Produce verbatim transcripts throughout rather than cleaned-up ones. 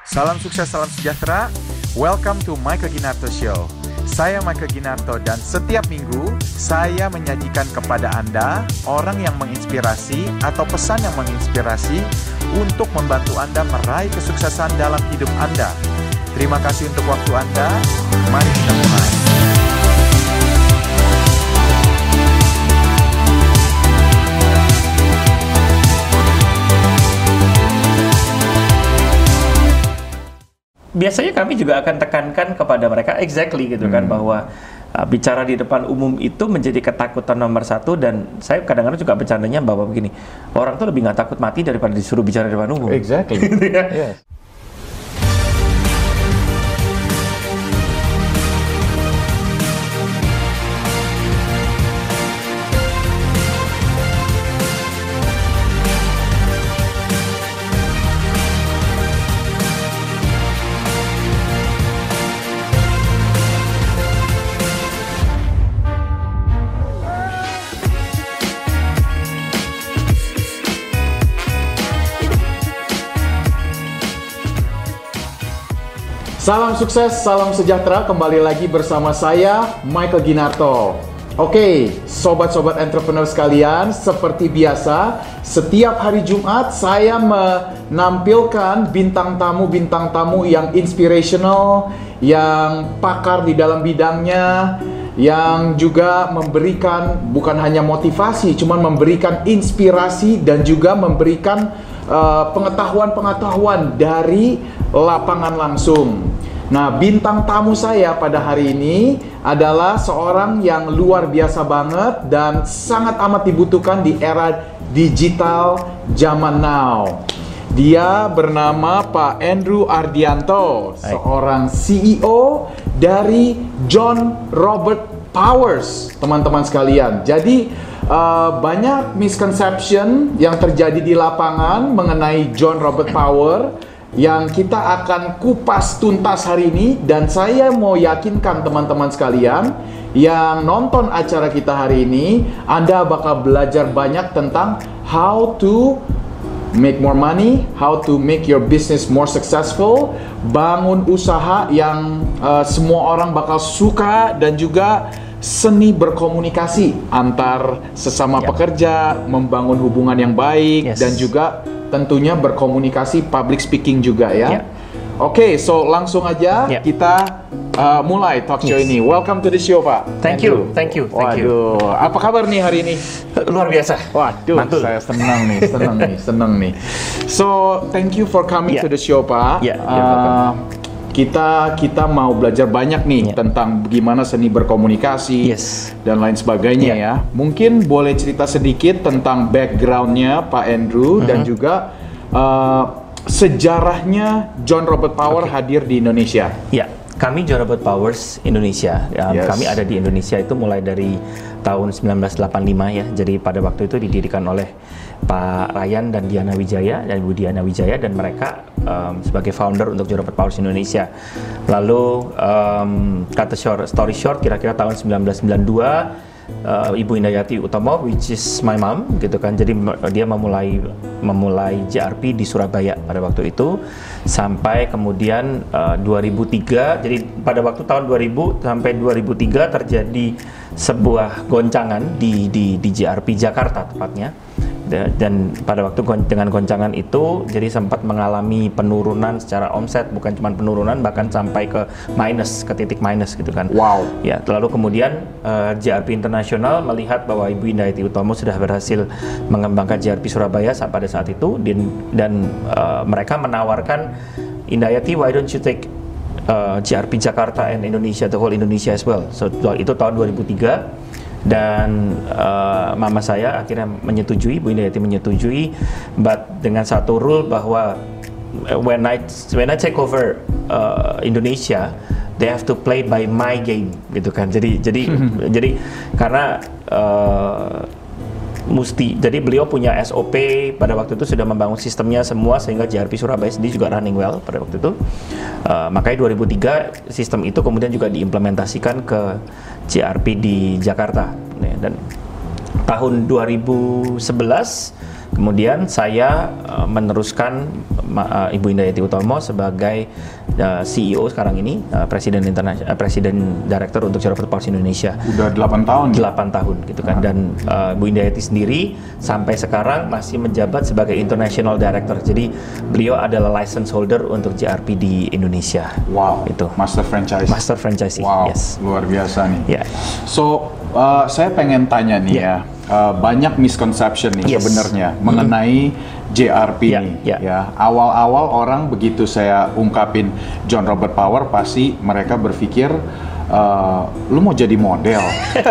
Salam sukses, salam sejahtera. Welcome to Michael Ginarto Show. Saya Michael Ginarto dan setiap minggu saya menyajikan kepada Anda orang yang menginspirasi atau pesan yang menginspirasi untuk membantu Anda meraih kesuksesan dalam hidup Anda. Terima kasih untuk waktu Anda. Mari kita mulai. Biasanya kami juga akan tekankan kepada mereka exactly gitu kan, hmm. bahwa uh, bicara di depan umum itu menjadi ketakutan nomor satu, dan saya kadang-kadang juga bercandanya bahwa begini, orang tuh lebih nggak takut mati daripada disuruh bicara di depan umum. Exactly. Yes. Salam sukses, salam sejahtera. Kembali lagi bersama saya, Michael Ginarto. Oke, sobat-sobat entrepreneur sekalian, seperti biasa, setiap hari Jumat saya menampilkan bintang tamu-bintang tamu yang inspirational, yang pakar di dalam bidangnya, yang juga memberikan bukan hanya motivasi, cuman memberikan inspirasi dan juga memberikan uh, pengetahuan-pengetahuan dari lapangan langsung. Nah, bintang tamu saya pada hari ini adalah seorang yang luar biasa banget dan sangat amat dibutuhkan di era digital zaman now. Dia bernama Pak Andrew Ardianto, Hai. seorang C E O dari John Robert Powers, teman-teman sekalian. Jadi uh, banyak misconception yang terjadi di lapangan mengenai John Robert Powers yang kita akan kupas tuntas hari ini, dan saya mau yakinkan teman-teman sekalian yang nonton acara kita hari ini, Anda bakal belajar banyak tentang how to make more money, how to make your business more successful, bangun usaha yang uh, semua orang bakal suka, dan juga seni berkomunikasi antar sesama yep. pekerja, membangun hubungan yang baik, yes. dan juga tentunya berkomunikasi, public speaking juga ya. Yeah. Oke, okay, so langsung aja yeah. kita uh, mulai talk show yes. ini. Welcome to the show, Pak. Thank you, thank you, thank you. Waduh, apa kabar nih hari ini? Luar biasa. Waduh, Mantul. Saya senang nih, senang nih, senang nih. So, thank you for coming yeah. to the show, Pak. Yeah, uh, kita kita mau belajar banyak nih yeah. tentang bagaimana seni berkomunikasi yes. dan lain sebagainya yeah. ya. Mungkin boleh cerita sedikit tentang backgroundnya Pak Andrew uh-huh. dan juga uh, sejarahnya John Robert Powers okay. hadir di Indonesia. Ya, kami John Robert Powers Indonesia. Ya, yes. Kami ada di Indonesia itu mulai dari tahun sembilan belas delapan puluh lima ya. Jadi pada waktu itu didirikan oleh Pak Ryan dan Diana Wijaya dan Ibu Diana Wijaya, dan mereka um, sebagai founder untuk John Robert Powers Indonesia. Lalu um, kata short, story short, kira-kira tahun sembilan belas sembilan puluh dua uh, Ibu Indayati Utomo, which is my mom, gitu kan. Jadi dia memulai memulai J R P di Surabaya pada waktu itu, sampai kemudian uh, dua ribu tiga. Jadi pada waktu tahun dua ribu sampai dua ribu tiga terjadi sebuah goncangan di di di J R P Jakarta tepatnya. Dan pada waktu dengan goncangan itu jadi sempat mengalami penurunan secara omset, bukan cuma penurunan, bahkan sampai ke minus, ke titik minus gitu kan. Wow. Ya, lalu kemudian uh, J R P Internasional melihat bahwa Ibu Indayati Utomo sudah berhasil mengembangkan J R P Surabaya saat pada saat itu, dan, dan uh, mereka menawarkan, Indayati, why don't you take uh, J R P Jakarta and Indonesia, the whole Indonesia as well. So itu tahun dua ribu tiga. Dan uh, mama saya akhirnya menyetujui, Bu Indayati menyetujui, but dengan satu rule bahwa when I when I take over uh, Indonesia, they have to play by my game, gitu kan. Jadi jadi jadi karena uh, Musti, jadi beliau punya S O P pada waktu itu, sudah membangun sistemnya semua sehingga J R P Surabaya sendiri juga running well pada waktu itu. Uh, makanya dua ribu tiga sistem itu kemudian juga diimplementasikan ke J R P di Jakarta. Dan tahun dua ribu sebelas Kemudian saya uh, meneruskan uh, Ibu Indayati Utomo sebagai uh, C E O sekarang ini, uh, Presiden Internasional, uh, Presiden Director untuk Jawa Powers Indonesia. Udah delapan tahun. delapan tahun gitu kan. Hmm. Dan uh, Bu Indayati sendiri sampai sekarang masih menjabat sebagai International Director. Jadi beliau adalah license holder untuk J R P di Indonesia. Wow. Itu. Master franchise. Master franchise. Wow. Yes. Luar biasa nih. Yeah. So uh, saya pengen tanya nih yeah. ya. Uh, banyak misconception nih yes. sebenarnya mm-hmm. mengenai J R P yeah, nih yeah. ya. Awal-awal orang begitu saya ungkapin John Robert Power pasti mereka berpikir uh, lu mau jadi model.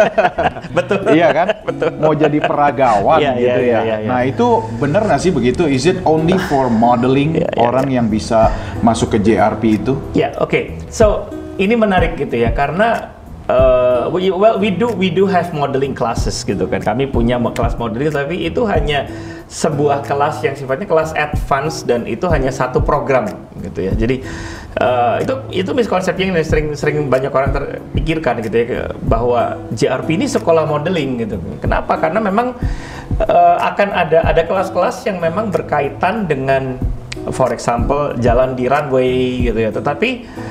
Betul. Iya kan? Betul. Mau jadi peragawan yeah, gitu yeah, ya. yeah, yeah, yeah. Nah, itu bener nggak sih begitu? Is it only for modeling yeah, yeah, orang yeah. yang bisa masuk ke J R P itu? Ya, yeah, oke. Okay. So, ini menarik gitu ya karena Uh, we, well, we do we do have modeling classes gitu kan. Kami punya kelas modeling, tapi itu hanya sebuah kelas yang sifatnya kelas advance dan itu hanya satu program gitu ya. Jadi uh, itu itu miskonsepsi yang sering-sering banyak orang terpikirkan gitu ya, bahwa J R P ini sekolah modeling gitu. Kenapa? Karena memang uh, akan ada ada kelas-kelas yang memang berkaitan dengan, for example, jalan di runway gitu ya. Tetapi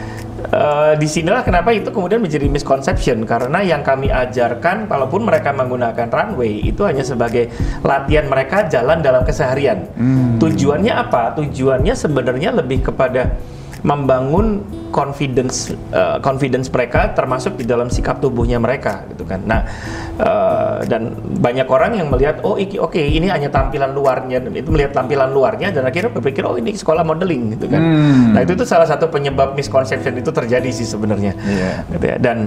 Uh, disinilah kenapa itu kemudian menjadi misconception, karena yang kami ajarkan, walaupun mereka menggunakan runway, itu hanya sebagai latihan mereka jalan dalam keseharian. Hmm. Tujuannya apa? Tujuannya sebenarnya lebih kepada membangun confidence uh, confidence mereka, termasuk di dalam sikap tubuhnya mereka gitu kan. Nah, uh, dan banyak orang yang melihat oh iki oke okay, ini hanya tampilan luarnya, dan itu melihat tampilan luarnya dan akhirnya berpikir oh ini sekolah modeling gitu kan. Hmm. Nah, itu itu salah satu penyebab misconception itu terjadi sih sebenarnya. Yeah. Gitu ya. Dan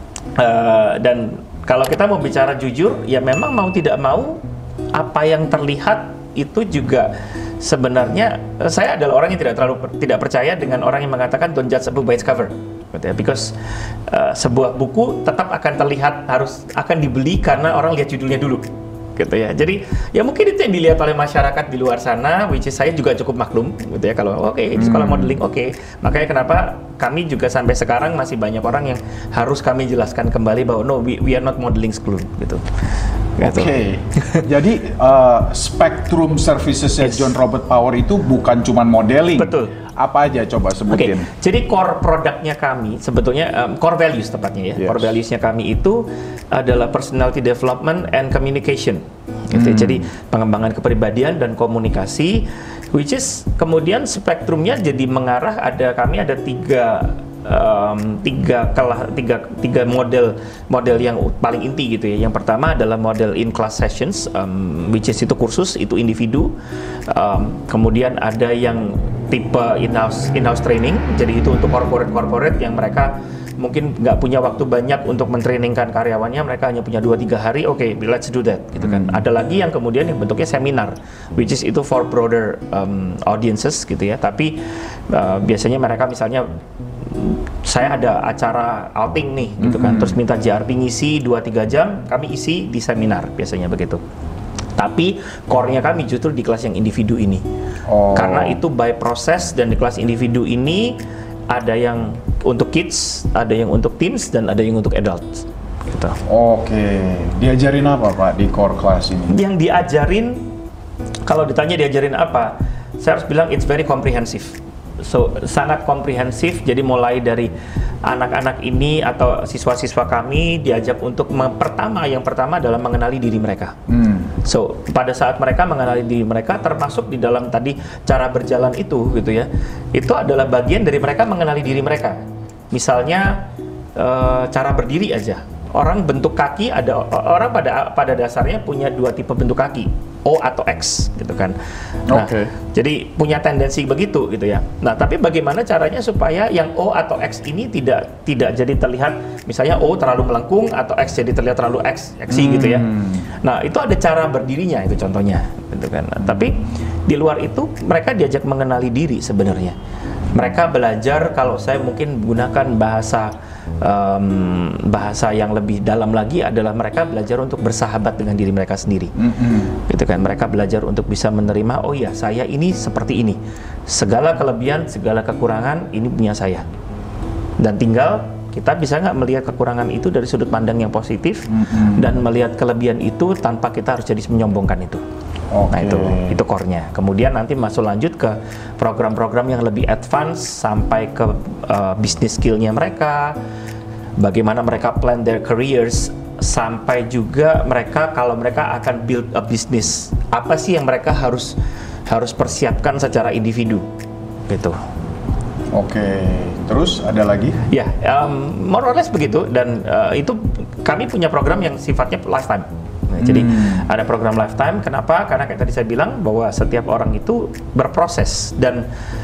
uh, dan kalau kita mau bicara jujur, ya memang mau tidak mau apa yang terlihat itu juga sebenarnya saya adalah orang yang tidak terlalu tidak percaya dengan orang yang mengatakan don't judge a book by its cover, because uh, sebuah buku tetap akan terlihat harus akan dibeli karena orang lihat judulnya dulu, gitu ya. Jadi ya mungkin itu yang dilihat oleh masyarakat di luar sana, which is saya juga cukup maklum, gitu ya. Kalau oke okay, di sekolah modeling oke, okay. Makanya kenapa kami juga sampai sekarang masih banyak orang yang harus kami jelaskan kembali bahwa no, we, we are not modeling school, gitu. Oke, okay. Jadi uh, spektrum servicesnya yes. John Robert Power itu bukan cuma modeling. Betul. Apa aja coba sebutin? Okay. Jadi core produknya kami sebetulnya um, core values tepatnya ya. Yes. Core valuesnya kami itu adalah personality development and communication. Gitu. Hmm. Jadi pengembangan kepribadian dan komunikasi, which is kemudian spektrumnya jadi mengarah ada kami ada tiga Um, tiga kelah tiga tiga model model yang paling inti gitu ya. Yang pertama adalah model in class sessions, um, which is itu kursus, itu individu. Um, kemudian ada yang tipe in-house in-house training, jadi itu untuk corporate corporate yang mereka mungkin nggak punya waktu banyak untuk mentrainingkan karyawannya, mereka hanya punya dua tiga hari, oke, okay, let's do that, gitu kan. Ada lagi yang kemudian yang bentuknya seminar, which is itu for broader um, audiences, gitu ya. Tapi uh, biasanya mereka misalnya saya ada acara outing nih, gitu kan, mm-hmm. terus minta J R P ngisi dua tiga jam, kami isi di seminar, biasanya begitu. Tapi core-nya kami justru di kelas yang individu ini, oh. karena itu by proses, dan di kelas individu ini ada yang untuk kids, ada yang untuk teens, dan ada yang untuk adults. Gitu. Oke, diajarin apa Pak di core class ini? Yang diajarin, kalau ditanya diajarin apa, saya harus bilang it's very comprehensive. So, sangat komprehensif, jadi mulai dari anak-anak ini atau siswa-siswa kami diajak untuk pertama, yang pertama adalah mengenali diri mereka. Hmm. So, pada saat mereka mengenali diri mereka, termasuk di dalam tadi cara berjalan itu, gitu ya, itu adalah bagian dari mereka mengenali diri mereka. Misalnya, e, cara berdiri aja. Orang bentuk kaki, ada orang pada pada dasarnya punya dua tipe bentuk kaki, O atau X, gitu kan. Nah, okay. Jadi punya tendensi begitu, gitu ya. Nah, tapi bagaimana caranya supaya yang O atau X ini tidak tidak jadi terlihat, misalnya O terlalu melengkung atau X jadi terlihat terlalu X, X hmm. gitu ya. Nah, itu ada cara berdirinya, itu contohnya, gitu kan. Nah, tapi di luar itu mereka diajak mengenali diri sebenarnya. Mereka belajar, kalau saya mungkin gunakan bahasa um, bahasa yang lebih dalam lagi, adalah mereka belajar untuk bersahabat dengan diri mereka sendiri. Mm-hmm. Gitu kan, mereka belajar untuk bisa menerima, oh iya, saya ini seperti ini, segala kelebihan, segala kekurangan ini punya saya, dan tinggal kita bisa nggak melihat kekurangan itu dari sudut pandang yang positif, mm-hmm. dan melihat kelebihan itu tanpa kita harus jadi menyombongkan itu. Okay. Nah itu itu core-nya. Kemudian nanti masuk lanjut ke program-program yang lebih advance sampai ke uh, business skill-nya mereka, bagaimana mereka plan their careers, sampai juga mereka kalau mereka akan build a business, apa sih yang mereka harus harus persiapkan secara individu, gitu. Oke, terus ada lagi? Ya, um, more or less begitu, dan uh, itu kami punya program yang sifatnya lifetime. Nah, jadi Hmm. ada program lifetime. Kenapa? Karena kayak tadi saya bilang bahwa setiap orang itu berproses, dan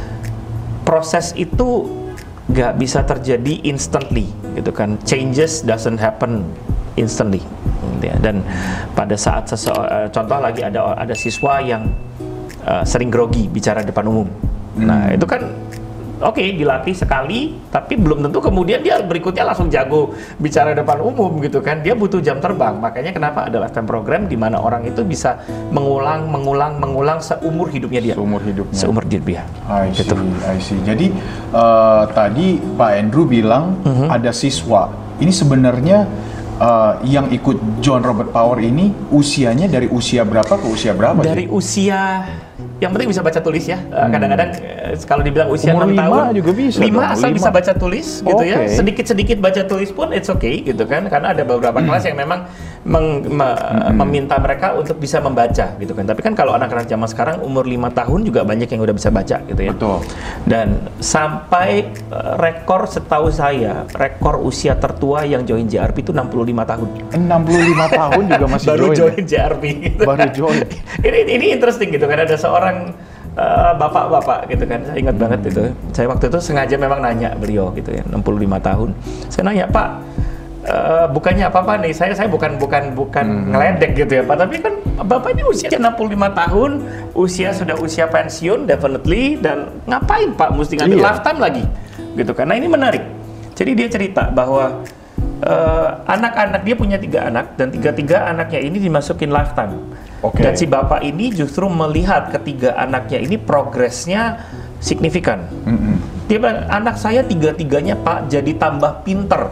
proses itu nggak bisa terjadi instantly, gitu kan. Changes doesn't happen instantly, gitu ya. Dan pada saat seseorang, contoh lagi ada ada siswa yang uh, sering grogi bicara depan umum. Hmm. Nah itu kan oke, okay, dilatih sekali, tapi belum tentu kemudian dia berikutnya langsung jago bicara depan umum, gitu kan. Dia butuh jam terbang. Makanya kenapa ada lifetime program di mana orang itu bisa mengulang, mengulang, mengulang seumur hidupnya dia. Seumur hidupnya. Seumur hidup dia. I see, Gitu. I see. Jadi uh, tadi Pak Andrew bilang Mhm. ada siswa. Ini sebenarnya uh, yang ikut John Robert Power ini usianya dari usia berapa ke usia berapa? Dari sih? usia, yang penting bisa baca tulis ya. Uh, Kadang-kadang uh, kalau dibilang usia Umur enam lima tahun, juga bisa lima dong, asal lima. bisa baca tulis, gitu ya. Oke. Sedikit-sedikit baca tulis pun it's okay, gitu kan. Karena ada beberapa kelas yang memang meng- me- meminta mereka untuk bisa membaca, gitu kan. Tapi kan kalau anak-anak zaman sekarang umur lima tahun juga banyak yang udah bisa baca, gitu ya. Betul. Dan sampai uh, rekor setahu saya, rekor usia tertua yang join J R P itu enam puluh lima tahun. enam puluh lima tahun juga masih Baru join. join J R P. Gitu. Baru join. ini ini interesting gitu kan, ada seorang uh, bapak-bapak gitu kan, saya ingat banget itu. Saya waktu itu sengaja memang nanya beliau gitu ya, enam puluh lima tahun. Saya nanya, "Pak, uh, bukannya apa-apa nih, saya saya bukan bukan bukan Hmm. ngeledek gitu ya Pak, tapi kan Bapak ini usia enam puluh lima tahun, usia sudah usia pensiun definitely, dan ngapain Pak mesti ngambil Iya. lifetime lagi?" Gitu kan. Nah, ini menarik. Jadi dia cerita bahwa uh, anak-anak dia punya tiga anak, dan tiga-tiga anaknya ini dimasukin lifetime. Oke. Dan si bapak ini justru melihat ketiga anaknya ini progresnya signifikan. Mm-mm. Dia bilang, anak saya tiga-tiganya Pak jadi tambah pinter.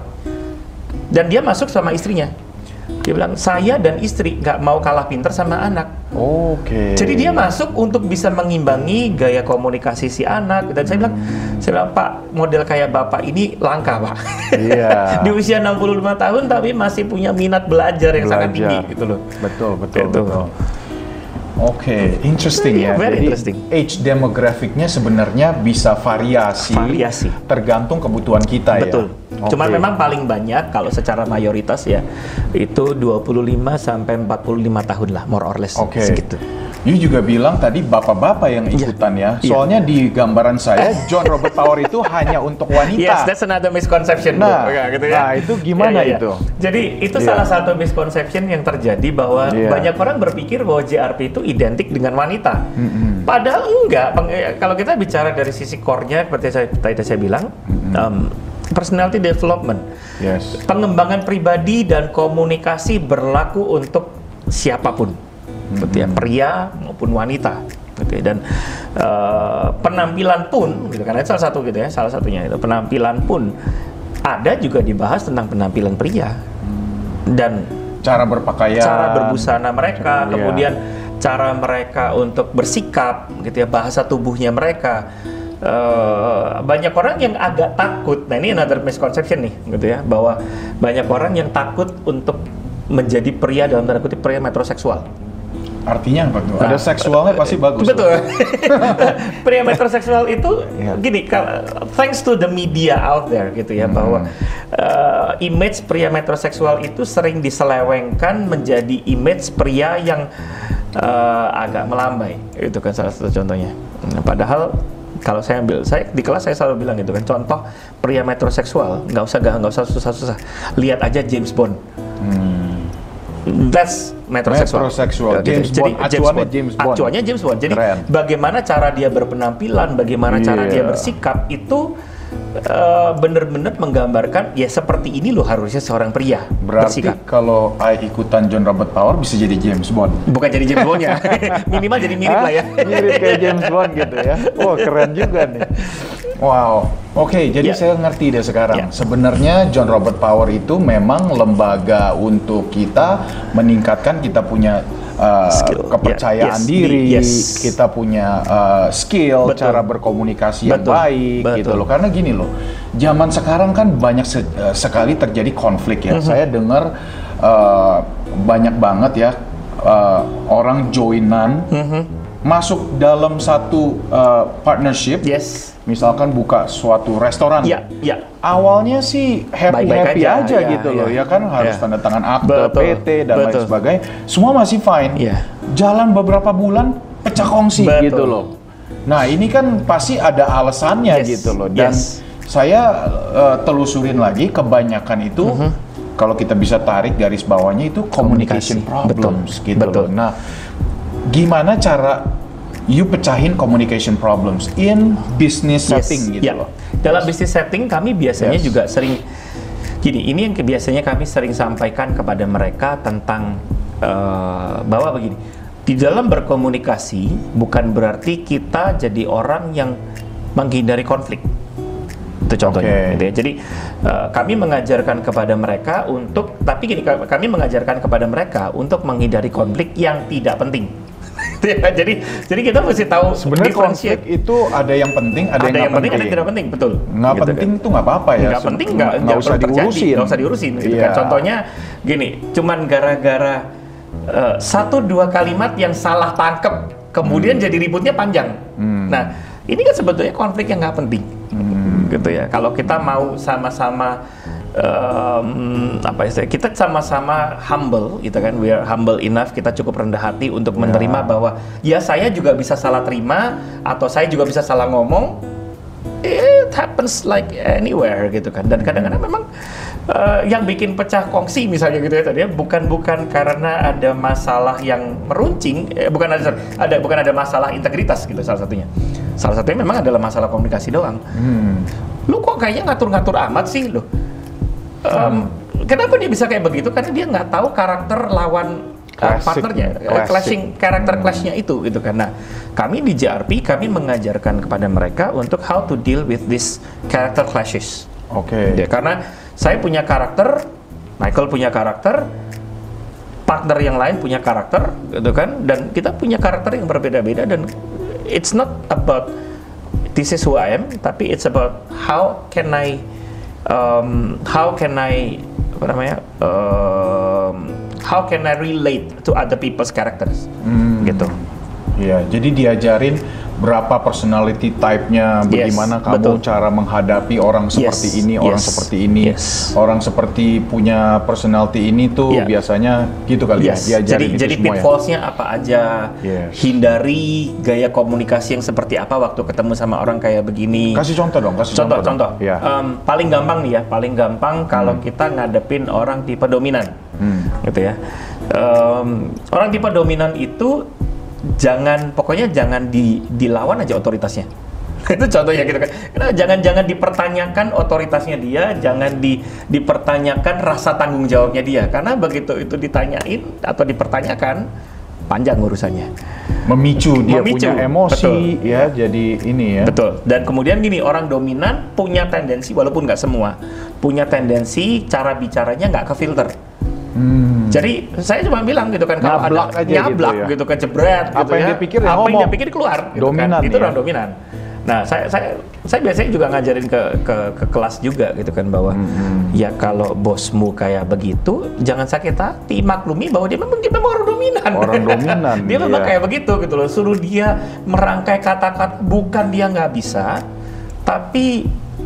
Dan dia masuk sama istrinya. Dia bilang, saya dan istri nggak mau kalah pinter sama anak. Oke. Jadi dia masuk untuk bisa mengimbangi gaya komunikasi si anak. Dan saya bilang, saya bilang, Pak, model kayak bapak ini langka Pak. Iya. Di usia enam puluh lima tahun tapi masih punya minat belajar yang sangat tinggi Belajar. gitu loh. Betul, betul, Gitu. betul. Oke, interesting ya. Very Jadi interesting. age demografiknya sebenarnya bisa variasi, Variasi. tergantung kebutuhan kita Betul. ya. Cuman Oke. memang paling banyak kalau secara mayoritas ya itu dua puluh lima sampai empat puluh lima tahun lah, more or less. Oke. Segitu. You juga bilang tadi bapak-bapak yang Iya. ikutan ya. Iya. Soalnya di gambaran saya John Robert Power itu hanya untuk wanita. Yes, that's another misconception. Nah, bro. Ya, gitu ya. nah, itu gimana Ya, ya, ya. itu? Jadi itu Iya. salah satu misconception yang terjadi bahwa Iya. banyak orang berpikir bahwa J R P itu identik dengan wanita. Mm-mm. Padahal enggak. Peng- eh, Kalau kita bicara dari sisi core-nya seperti saya tadi saya bilang, um, personality development, Yes. pengembangan pribadi dan komunikasi berlaku untuk siapapun. Gitu ya, pria maupun wanita, gitu ya. Dan uh, penampilan pun, gitu kan, itu salah satu gitu ya, salah satunya itu penampilan pun ada juga dibahas tentang penampilan pria dan Cara berpakaian. cara berbusana mereka, Iya. kemudian cara mereka untuk bersikap, gitu ya, bahasa tubuhnya mereka. Uh, banyak orang yang agak takut. Nah ini another misconception nih, gitu ya, bahwa banyak orang yang takut untuk menjadi pria dalam tanda kutip pria metroseksual. Artinya apa tuh? Nah, Ada seksualnya pasti bagus. Betul. Pria metroseksual itu Iya. gini, kal- thanks to the media out there gitu ya, Hmm. bahwa uh, image pria metroseksual itu sering diselewengkan menjadi image pria yang uh, agak melambai. Itu kan salah satu contohnya. Nah, padahal kalau saya ambil, saya di kelas saya selalu bilang gitu kan, contoh pria metroseksual, nggak usah nggak usah susah-susah, lihat aja James Bond. Hmm. That's metroseksual. Metroseksual. Ya, gitu. James Jadi Bond. Acuannya James Bond. Acuannya James Bond. Jadi Keren. bagaimana cara dia berpenampilan, bagaimana cara Iya. dia bersikap itu uh, benar-benar menggambarkan ya seperti ini loh harusnya seorang pria Berarti bersikap. kalau I ikutan John Robert Power bisa jadi James Bond. Bukan jadi James Bond-nya. Minimal jadi mirip Hah? lah ya. Mirip kayak James Bond gitu ya. Wah, keren juga nih. Wow, oke, okay, jadi yeah. saya ngerti deh sekarang. Yeah. Sebenarnya John Robert Power itu memang lembaga untuk kita meningkatkan kita punya uh, kepercayaan yeah. yes. diri, yes. kita punya uh, skill, betul. Cara berkomunikasi yang betul. Baik, betul. Gitu loh. Karena gini loh, zaman sekarang kan banyak se uh, sekali terjadi konflik ya. Mm-hmm. Saya dengar uh, banyak banget ya uh, orang joinan. Mm-hmm. Masuk dalam satu uh, partnership, yes. misalkan buka suatu restoran, ya, ya. awalnya sih happy Baik -baik happy aja, aja ya, gitu ya. Loh, ya kan harus ya. Tanda tangan akte, betul, P T dan betul. Lain sebagainya, semua masih fine. Ya. Jalan beberapa bulan pecah kongsi betul. Gitu loh. Nah ini kan pasti ada alasannya yes. gitu loh. Dan yes. saya uh, telusurin lagi kebanyakan itu, uh-huh. kalau kita bisa tarik garis bawahnya itu communication problems betul. Gitu betul. Loh. Nah gimana cara you pecahin communication problems in business yes. setting gitu yeah. loh. Dalam business setting kami biasanya yes. juga sering gini, ini yang biasanya kami sering sampaikan kepada mereka tentang uh, bahwa begini, di dalam berkomunikasi bukan berarti kita jadi orang yang menghindari konflik. Itu contohnya. Okay. Gitu ya. Jadi uh, kami mengajarkan kepada mereka untuk, tapi gini, kami mengajarkan kepada mereka untuk menghindari konflik yang tidak penting. Ya, jadi jadi kita mesti tahu sebenarnya konflik itu ada yang penting, ada, ada yang, yang penting, penting, ada yang tidak penting, betul. Nggak gitu penting kan. Tuh nggak apa-apa ya. Nggak penting, nggak nggak usah diurusin, nggak usah diurusin. Gitu yeah. kan. Contohnya gini, cuman gara-gara uh, satu dua kalimat yang salah tangkep, kemudian hmm. jadi ributnya panjang. Hmm. Nah, ini kan sebetulnya konflik yang nggak penting, hmm. gitu ya. Kalau kita mau sama-sama Um, apa istilah, kita sama-sama humble gitu kan, we are humble enough, kita cukup rendah hati untuk yeah. menerima bahwa ya saya juga bisa salah terima atau saya juga bisa salah ngomong, it happens like anywhere gitu kan. Dan kadang-kadang memang uh, yang bikin pecah kongsi misalnya gitu ya tadi ya, bukan bukan karena ada masalah yang meruncing, eh, bukan ada ada bukan ada masalah integritas gitu salah satunya. Salah satunya memang adalah masalah komunikasi doang. Hmm. Lu kok kayaknya ngatur-ngatur amat sih lo. Um, kenapa dia bisa kayak begitu? Karena dia nggak tahu karakter lawan uh, partnernya, uh, clashing karakter clashnya itu, gitu kan. Nah, kami di J R P kami mengajarkan kepada mereka untuk how to deal with this character clashes. Oke. Okay. Ya, karena saya punya karakter, Michael punya karakter, partner yang lain punya karakter, gitu kan. Dan kita punya karakter yang berbeda-beda dan it's not about this is who I am, tapi it's about how can I Um, how can I apa namanya um, how can I relate to other people's characters hmm. gitu. Iya, jadi diajarin berapa personality type-nya, bagaimana yes, kamu betul. Cara menghadapi orang seperti yes, ini, yes, orang seperti ini, yes. orang seperti punya personality ini tuh yeah. biasanya gitu kali yes. ya diajarin jadi, itu jadi semua ya. Jadi pitfalls-nya apa aja, yes. hindari gaya komunikasi yang seperti apa waktu ketemu sama orang kayak begini. Kasih contoh dong, kasih contoh. Contoh, contoh. Ya. Um, paling gampang nih ya, paling gampang kalau hmm. kita ngadepin orang tipe dominan, hmm. gitu ya. Um, orang tipe dominan itu jangan, pokoknya jangan di, dilawan aja otoritasnya. Itu contohnya gitu kan. Karena jangan-jangan dipertanyakan otoritasnya dia, jangan di, dipertanyakan rasa tanggung jawabnya dia. Karena begitu itu ditanyain atau dipertanyakan, panjang urusannya. Memicu dia Memicu. Punya emosi, betul. Ya, jadi ini ya. Betul. Dan kemudian gini, orang dominan punya tendensi, walaupun nggak semua, punya tendensi cara bicaranya nggak kefilter. Hmm. Jadi saya cuma bilang gitu kan, kalau ada nyablak gitu, ya. gitu kan, jebret apa gitu yang ya, dia pikir, apa yang yang dia pikir keluar gitu dominan, kan. Itu ya. orang dominan. Nah, saya saya saya biasanya juga ngajarin ke ke, ke kelas juga gitu kan, bahwa hmm. ya kalau bosmu kayak begitu jangan sakit hati, maklumi bahwa dia memang dia memang orang dominan. Orang dominan. Dia memang iya. kayak begitu gitu loh. Suruh dia merangkai kata-kata, bukan dia nggak bisa, tapi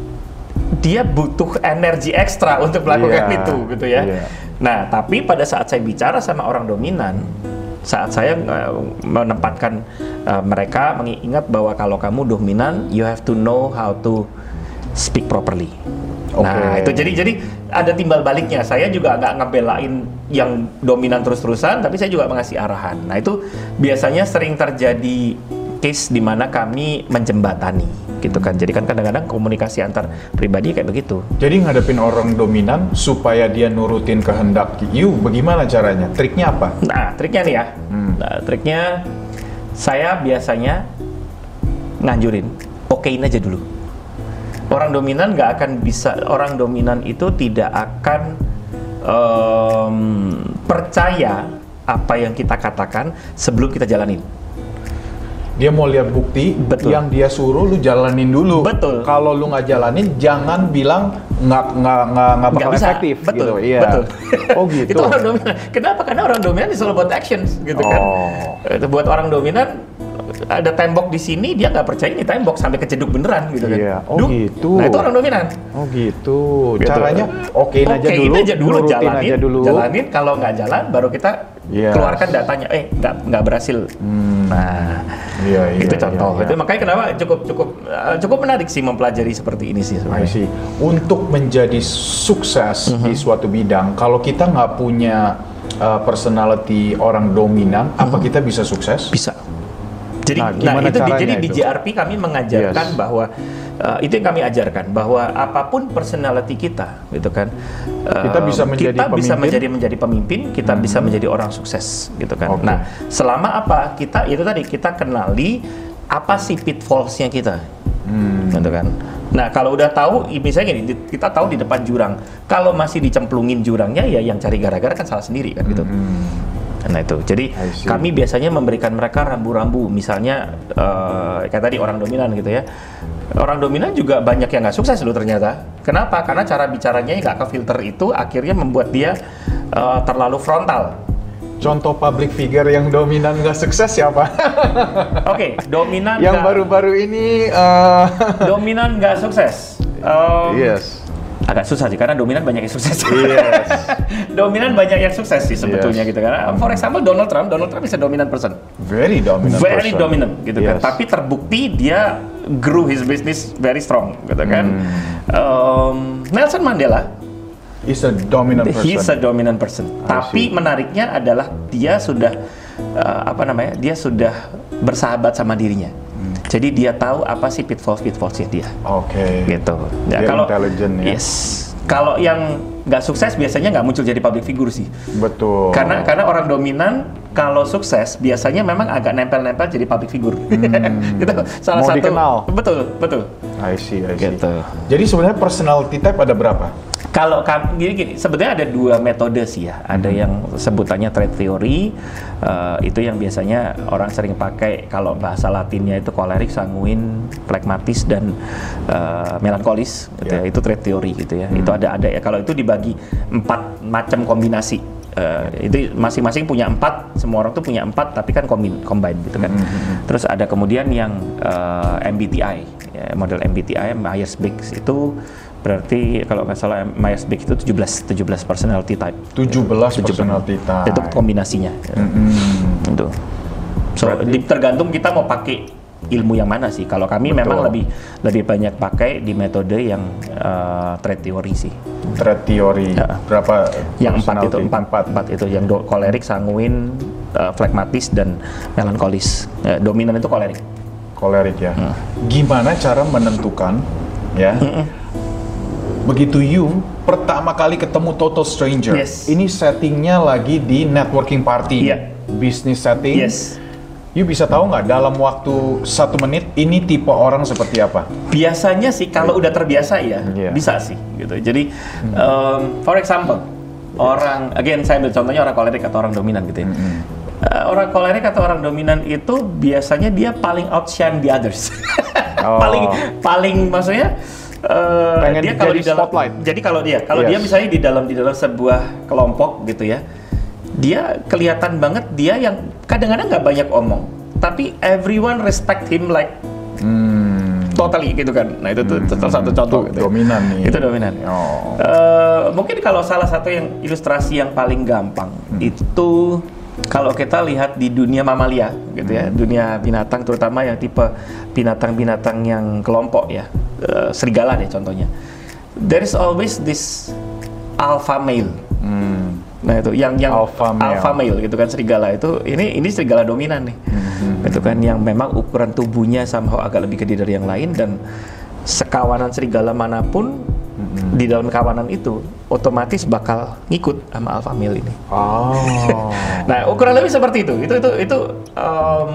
dia butuh energi ekstra untuk melakukan yeah, itu gitu ya. Yeah. Nah, tapi pada saat saya bicara sama orang dominan, saat saya uh, menempatkan uh, mereka mengingat bahwa kalau kamu dominan, you have to know how to speak properly. Okay. Nah, itu jadi jadi ada timbal baliknya. Saya juga nggak ngebelain yang dominan terus-terusan, tapi saya juga mengasih arahan. Nah, itu biasanya sering terjadi case di mana kami menjembatani. Gitu kan. Jadi kan kadang-kadang komunikasi antar pribadi kayak begitu. Jadi ngadepin orang dominan supaya dia nurutin kehendak you, bagaimana caranya? Triknya apa? Nah, triknya nih ya. Hmm. Nah, triknya saya biasanya nganjurin, okein aja dulu. Orang dominan nggak akan bisa, orang dominan itu tidak akan um, percaya apa yang kita katakan sebelum kita jalanin. Dia mau lihat bukti, betul, yang dia suruh lu jalanin dulu. Betul. Kalau lu nggak jalanin, jangan bilang nggak nggak nggak nggak bakal bisa. efektif. Betul. Gitu. Iya. Betul. Oh gitu. Itu orang dominan. Kenapa? Karena orang dominan is all about actions, gitu oh. kan. Itu buat orang dominan, ada tembok di sini, dia nggak percaya ini tembok sampai kejeduk beneran, gitu kan. Iya. Oh Duk. gitu. Nah itu orang dominan. Oh gitu. Gitu. Caranya okein aja Okein dulu. aja dulu, jalanin, aja dulu. jalanin. Kalau nggak jalan, baru kita yes. keluarkan datanya. Eh, nggak nggak berhasil. Hmm. Nah, iya, iya, itu contoh. Iya, iya. Itu makanya kenapa cukup cukup uh, cukup menarik sih mempelajari seperti ini sih. I see. Untuk menjadi sukses mm-hmm. di suatu bidang, kalau kita nggak punya uh, personality orang dominan, mm-hmm. apa kita bisa sukses? Bisa. Jadi, nah, nah itu, di, jadi di J R P kami mengajarkan yes. bahwa uh, itu yang kami ajarkan bahwa apapun personality kita, gitu kan, uh, kita bisa menjadi kita pemimpin, bisa menjadi menjadi pemimpin, kita hmm. bisa menjadi orang sukses, gitu kan. Okay. Nah, selama apa kita itu tadi kita kenali apa sih pitfallsnya kita, hmm. gitu kan. Nah, kalau udah tahu, misalnya gini, kita tahu di depan jurang, kalau masih dicemplungin jurangnya, ya yang cari gara-gara kan salah sendiri kan, gitu. Hmm. Nah itu, jadi kami biasanya memberikan mereka rambu-rambu, misalnya uh, kayak tadi orang dominan gitu ya. Orang dominan juga banyak yang nggak sukses loh ternyata. Kenapa? Karena cara bicaranya nggak ke filter itu akhirnya membuat dia uh, terlalu frontal. Contoh public figure yang dominan nggak sukses siapa? Oke, okay, dominan yang baru-baru ini uh... dominan nggak sukses. Um, yes. Agak susah sih karena dominan banyak yang sukses. Yes. Dominan banyak yang sukses sih sebetulnya yes. gitu kan. For example Donald Trump, Donald Trump is a dominant person. Very dominant. Very person. dominant gitu yes. kan. Tapi terbukti dia grew his business very strong gitu kan. Hmm. Um, Nelson Mandela is a dominant person. He's a dominant person. Tapi menariknya adalah dia sudah uh, apa namanya? Dia sudah bersahabat sama dirinya. Jadi dia tahu apa sih pitfalls-pitfallsnya dia. Oke. Okay. Gitu. Ya, dia kalau intelligent ya. Yes. Kalau yang nggak sukses biasanya nggak muncul jadi public figure sih. Betul. Karena karena orang dominan kalau sukses biasanya memang agak nempel-nempel jadi public figure. Hmm. Gitu. Salah Mau satu. dikenal. Betul, betul. I see, I see. Gitu. Jadi sebenarnya personality type ada berapa? Kalau gini, gini, sebetulnya ada dua metode sih ya. Ada hmm. yang sebutannya trait theory, uh, itu yang biasanya orang sering pakai kalau bahasa Latinnya itu kolerik, sanguin, flegmatis dan uh, melankolis. Gitu yeah. ya. Itu trait theory gitu ya. Hmm. Itu ada ada ya. Kalau itu dibagi empat macam kombinasi. Uh, itu masing-masing punya empat, semua orang tuh punya empat, tapi kan combine, combine gitu kan. Mm-hmm. Terus ada kemudian yang uh, M B T I, ya, model M B T I, Myers-Briggs itu berarti kalau nggak salah Myers-Briggs itu tujuh belas personality type. tujuh belas personality type. Itu kombinasinya. Mm-hmm. Itu. So berarti, tergantung kita mau pakai ilmu yang mana sih. Kalau kami betul. Memang lebih lebih banyak pakai di metode yang uh, trait theory sih. Trait theory. Ya. Berapa? Yang empat itu, empat, empat, empat itu yang do, kolerik, sanguin, uh, flegmatis dan melankolis. Uh, dominan itu kolerik. Kolerik ya. Hmm. Gimana cara menentukan ya? Mm-mm. Begitu you pertama kali ketemu total stranger, yes. ini settingnya lagi di networking party, yeah. business setting. Yes. You bisa tahu nggak dalam waktu satu menit ini tipe orang seperti apa? Biasanya sih kalau udah terbiasa ya yeah. bisa sih gitu. Jadi hmm. um, for example yes. orang, again saya ambil contohnya orang kolerik atau orang dominan gitu ya. Hmm. Uh, orang kolerik atau orang dominan itu biasanya dia paling outshine the others. oh. Paling paling maksudnya. Uh, dia kalau di dalam spotlight. Jadi kalau dia kalau yes. dia misalnya di dalam di dalam sebuah kelompok gitu ya, dia kelihatan banget dia yang kadang-kadang nggak banyak omong, tapi everyone respect him like hmm. totally gitu kan. Nah itu tuh hmm. satu contoh. Itu gitu. Dominan nih. Itu dominan. Oh. Uh, mungkin kalau salah satu yang ilustrasi yang paling gampang hmm. itu kalau kita lihat di dunia mamalia gitu ya, hmm. dunia binatang terutama yang tipe binatang-binatang yang kelompok ya, uh, serigala deh contohnya. There is always this alpha male. Hmm. Nah itu yang yang alpha male. alpha male gitu kan serigala itu ini ini serigala dominan nih. Hmm. Itu kan yang memang ukuran tubuhnya somehow agak lebih gede dari yang lain dan sekawanan serigala manapun hmm. di dalam kawanan itu otomatis bakal ngikut sama alpha male ini. Oh. Nah ukuran lebih seperti itu. Itu itu itu um,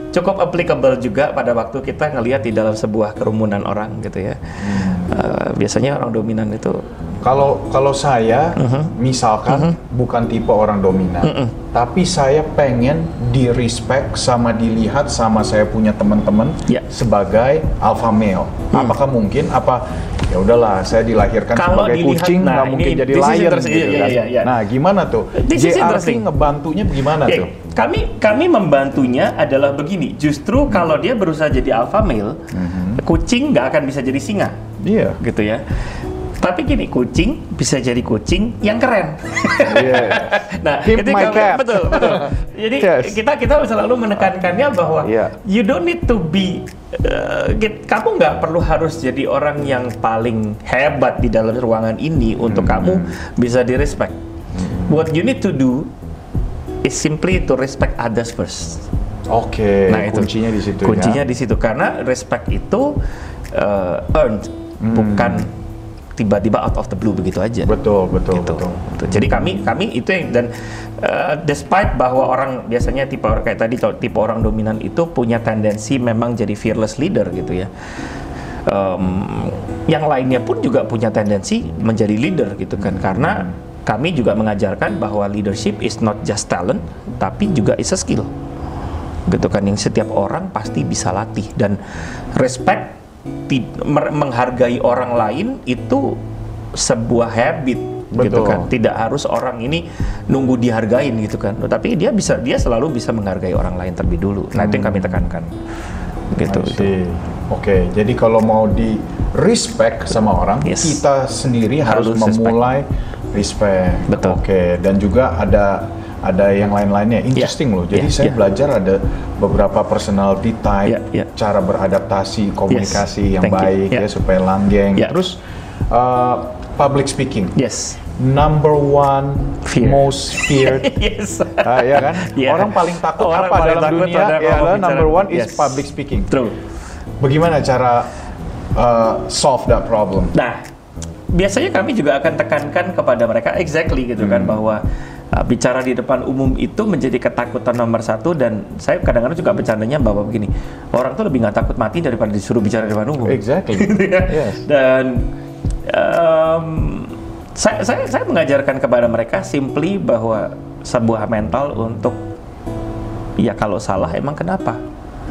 cukup applicable juga pada waktu kita ngelihat di dalam sebuah kerumunan orang gitu ya. Hmm. Uh, biasanya orang dominan itu. Kalau kalau saya uh-huh. misalkan uh-huh. bukan tipe orang dominan, uh-uh. tapi saya pengen di respect sama dilihat sama saya punya teman-teman yeah. sebagai alpha male. Hmm. Apakah mungkin apa ya udahlah saya dilahirkan kalau sebagai dilihat, kucing nggak nah, mungkin ini, jadi lion gitu iya, kan. Iya, iya, iya. Nah, gimana tuh? J R P ngebantunya gimana okay. tuh? Kami kami membantunya adalah begini. Justru hmm. kalau dia berusaha jadi alpha male, hmm. kucing nggak akan bisa jadi singa. Iya. Yeah. Gitu ya. Tapi gini, kucing bisa jadi kucing yang keren. Yeah. Nah, Hip itu my kami, cat. betul, betul. Jadi yes. kita kita selalu menekankannya bahwa yeah. you don't need to be uh, get, kamu nggak perlu harus jadi orang yang paling hebat di dalam ruangan ini untuk hmm. kamu bisa di respect. Hmm. What you need to do is simply to respect others first. Oke. Okay. Nah, itu kuncinya di situ. Kuncinya ya? di situ karena respect itu uh, earned, hmm. bukan tiba-tiba out of the blue begitu aja. Betul, betul, gitu. betul. Betul. Jadi kami kami itu yang dan uh, despite bahwa orang biasanya tipe orang kayak tadi tipe orang dominan itu punya tendensi memang jadi fearless leader gitu ya. Um, yang lainnya pun juga punya tendensi menjadi leader gitu kan, karena kami juga mengajarkan bahwa leadership is not just talent tapi juga is a skill. Gitu kan, yang setiap orang pasti bisa latih, dan respect menghargai orang lain itu sebuah habit. Betul. Gitu kan, tidak harus orang ini nunggu dihargain gitu kan, tapi dia bisa dia selalu bisa menghargai orang lain terlebih dulu. Nah, hmm. itu yang kami tekankan gitu. Itu. Oke, okay, jadi kalau mau di respect sama orang, yes. kita sendiri harus, harus memulai respect. Betul. Oke, okay. Dan juga ada ada yang lain-lainnya. Interesting yeah. loh. Jadi yeah. saya yeah. belajar ada beberapa personality type, yeah. Yeah. cara beradaptasi, komunikasi yes. yang Thank baik yeah. ya supaya langgeng. Yeah. Terus uh, public speaking. Yes. Number one Fear. most feared. yes. uh, ya kan? Yeah. Orang paling takut Orang apa paling dalam takut dunia? Ya adalah number one is yes. public speaking. True. Bagaimana cara uh, solve that problem? Nah, biasanya kami juga akan tekankan kepada mereka exactly gitu hmm. kan, bahwa Uh, bicara di depan umum itu menjadi ketakutan nomor satu, dan saya kadang-kadang juga bercandanya bahwa begini, orang tuh lebih nggak takut mati daripada disuruh bicara di depan umum. Exactly. ya? Yes. Dan um, saya, saya saya mengajarkan kepada mereka simply bahwa sebuah mental untuk ya kalau salah emang kenapa.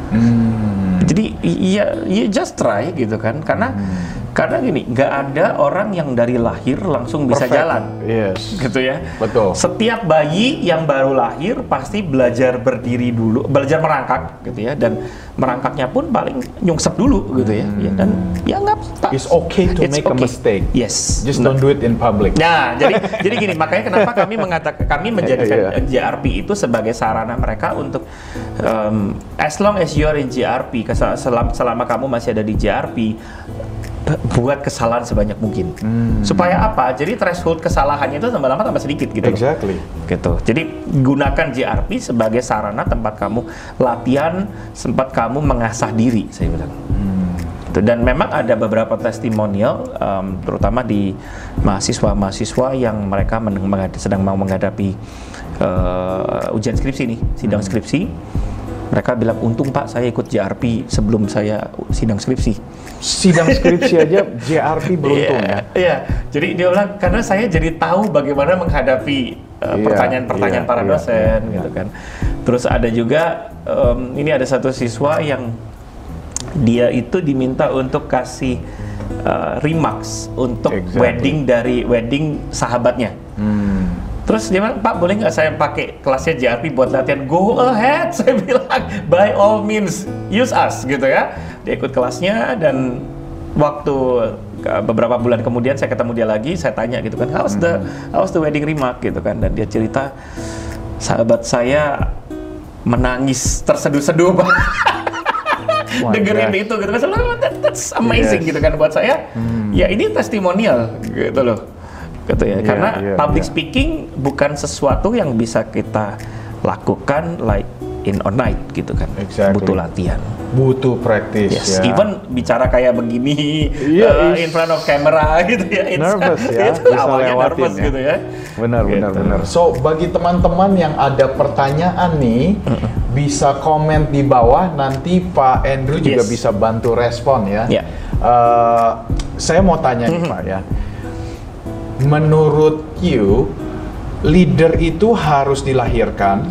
Hmm. Jadi ya you just try gitu kan, karena hmm. Karena gini, nggak ada orang yang dari lahir langsung bisa Perfect. jalan, yes. gitu ya. Betul. Setiap bayi yang baru lahir pasti belajar berdiri dulu, belajar merangkak, gitu ya. Dan merangkaknya pun paling nyungsep dulu, gitu ya. Hmm. ya dan ya nggak. It's okay to It's make okay. a mistake. Yes. Just don't do it in public. Nah, jadi jadi gini, makanya kenapa kami mengatakan kami menjadikan yeah. J R P itu sebagai sarana mereka untuk um, as long as you are in J R P, selama, selama kamu masih ada di J R P, buat kesalahan sebanyak mungkin. Hmm. Supaya apa? Jadi threshold kesalahannya itu lama-lama tambah sedikit gitu. Exactly. Gitu. Jadi gunakan J R P sebagai sarana tempat kamu latihan, sempat kamu mengasah diri, saya bilang. Hmm. Gitu. Dan memang ada beberapa testimonial, um, terutama di mahasiswa-mahasiswa yang mereka sedang mau menghadapi uh, ujian skripsi nih, sidang hmm. skripsi. Mereka bilang, untung Pak saya ikut J R P sebelum saya sidang skripsi. Sidang skripsi aja J R P beruntung yeah, ya? Iya, jadi dia bilang, karena saya jadi tahu bagaimana menghadapi uh, yeah, pertanyaan-pertanyaan yeah, para yeah, dosen yeah, gitu yeah. kan. Terus ada juga, um, ini ada satu siswa yang dia itu diminta untuk kasih uh, remarks untuk exactly. wedding dari wedding sahabatnya. Hmm. Terus dia bilang, Pak boleh nggak saya pakai kelasnya J R P buat latihan? Go ahead, saya bilang, by all means, use us gitu ya. Dia ikut kelasnya, dan waktu beberapa bulan kemudian saya ketemu dia lagi, saya tanya gitu kan, how's the, how's the wedding remark gitu kan. Dan dia cerita, sahabat saya menangis terseduh-seduh Pak. Dengerin itu gitu kan, that, that's amazing yes. gitu kan buat saya. Hmm. Ya ini testimonial gitu loh. Gitu ya. Yeah, karena yeah, public yeah. speaking bukan sesuatu yang bisa kita lakukan like in on night gitu kan. Exactly. Butuh latihan. Butuh praktis Yes. ya. Even bicara kayak begini Iya, uh, in front of camera gitu ya. It's, nervous ya, itu bisa awalnya lewatin nervous ya. gitu ya. Benar, Gitu. benar, benar. So, bagi teman-teman yang ada pertanyaan nih, bisa komen di bawah, nanti Pak Andrew juga Yes. bisa bantu respon ya. Yeah. Uh, saya mau tanya nih Pak ya, menurut you, leader itu harus dilahirkan,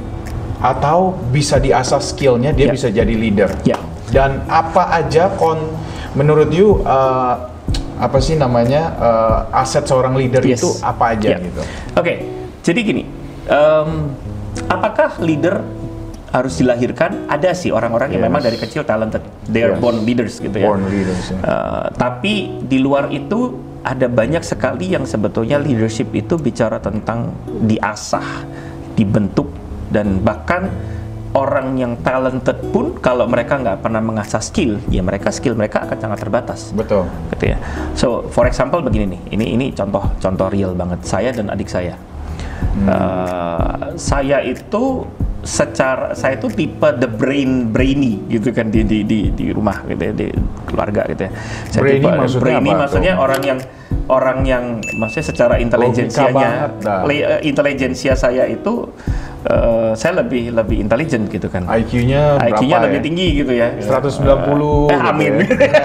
atau bisa diasah skillnya dia Yeah. bisa jadi leader? Yeah. Dan apa aja kon menurut you uh, apa sih namanya uh, aset seorang leader Yes. itu apa aja Yeah. gitu? Oke, jadi gini, um, apakah leader harus dilahirkan? Ada sih orang-orang yang Yes. memang dari kecil talented, they are Yes. born leaders gitu ya. Born leaders, ya. Uh, tapi di luar itu ada banyak sekali yang sebetulnya leadership itu bicara tentang diasah, dibentuk, dan bahkan orang yang talented pun kalau mereka nggak pernah mengasah skill, ya mereka skill mereka akan sangat terbatas. Betul. Gitu ya. So, for example begini nih, ini ini contoh contoh real banget. Saya dan adik saya. Hmm. Uh, saya itu secara saya itu tipe the brain brainy gitu kan di di di, di rumah gitu ya, di keluarga gitu ya. Saya Brainy tipe maksudnya brainy apa maksudnya tuh? orang yang orang yang maksudnya secara intelijensianya banget dah. le- uh, intelijensia saya itu uh, saya lebih lebih intelijen gitu kan. I Q-nya berapa? I Q-nya ya? lebih tinggi gitu ya. seratus sembilan puluh. Uh, eh, amin. Gitu ya.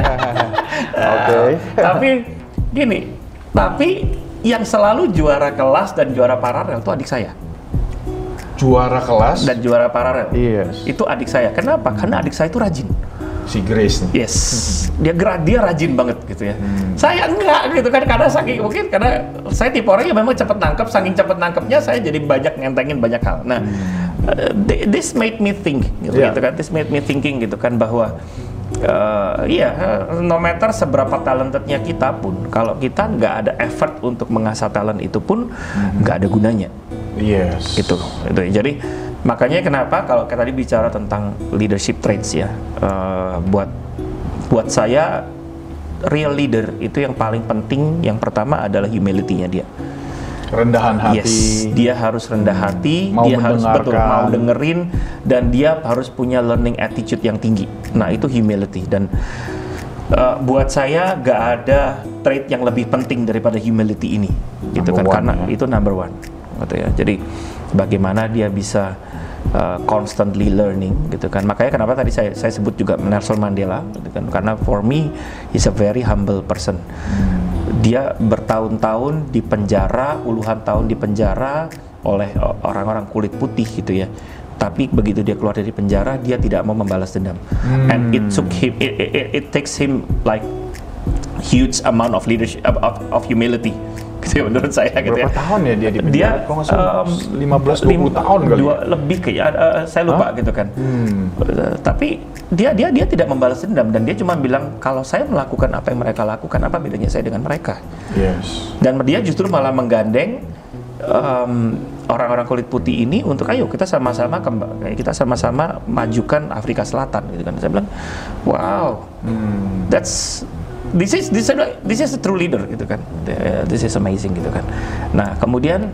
Oke. Tapi gini, tapi yang selalu juara kelas dan juara paralel itu adik saya. Juara kelas Dan juara paralel. Yes. Itu adik saya. Kenapa? Karena adik saya itu rajin. si Grace nih. Yes, dia gerak, dia rajin banget gitu ya. Hmm. Saya enggak gitu kan, karena saking mungkin karena saya tipe orang yang memang cepet nangkep, saking cepet nangkepnya saya jadi banyak ngentengin banyak hal. Nah, Hmm. uh, this made me think gitu, Yeah. gitu kan, this made me thinking gitu kan bahwa uh, iya, no matter seberapa talentednya kita pun, kalau kita nggak ada effort untuk mengasah talent itu pun nggak ada gunanya. Yes. Gitu, itu. Jadi makanya kenapa kalau kita tadi bicara tentang leadership traits ya, uh, buat buat saya real leader itu yang paling penting, yang pertama adalah humility-nya dia. Rendahan hati. Yes, dia harus rendah hati, Mau dia harus betul mendengarkan. mau dengerin, dan dia harus punya learning attitude yang tinggi. Nah, itu humility. Dan uh, buat saya gak ada trait yang lebih penting daripada humility ini, gitu Number kan? one, Karena ya. itu number one, gitu ya. Jadi bagaimana dia bisa uh, constantly learning, gitu kan? Makanya kenapa tadi saya saya sebut juga Nelson Mandela, gitu kan? Karena for me he's a very humble person. Dia bertahun-tahun di penjara, puluhan tahun di penjara oleh orang-orang kulit putih gitu ya. Tapi begitu dia keluar dari penjara, dia tidak mau membalas dendam. Hmm. And it took him, it, it, it takes him like huge amount of leadership, of, of, of humility. Gitu ya, menurut saya gitu ya. Berapa tahun ya dia di penjara? Dia Kok nggak salah um, lima belas dua puluh tahun kali. dua, ya? lebih kayak uh, saya lupa Hah? gitu kan. Hmm. Uh, tapi dia dia dia tidak membalas dendam, dan dia cuma bilang kalau saya melakukan apa yang mereka lakukan, apa bedanya saya dengan mereka. Yes. Dan dia justru malah menggandeng um, orang-orang kulit putih ini untuk ayo kita sama-sama kemba- kita sama-sama majukan Afrika Selatan gitu kan. Saya bilang wow, Hmm. that's this is this is this is a true leader gitu kan. This is amazing gitu kan. Nah, kemudian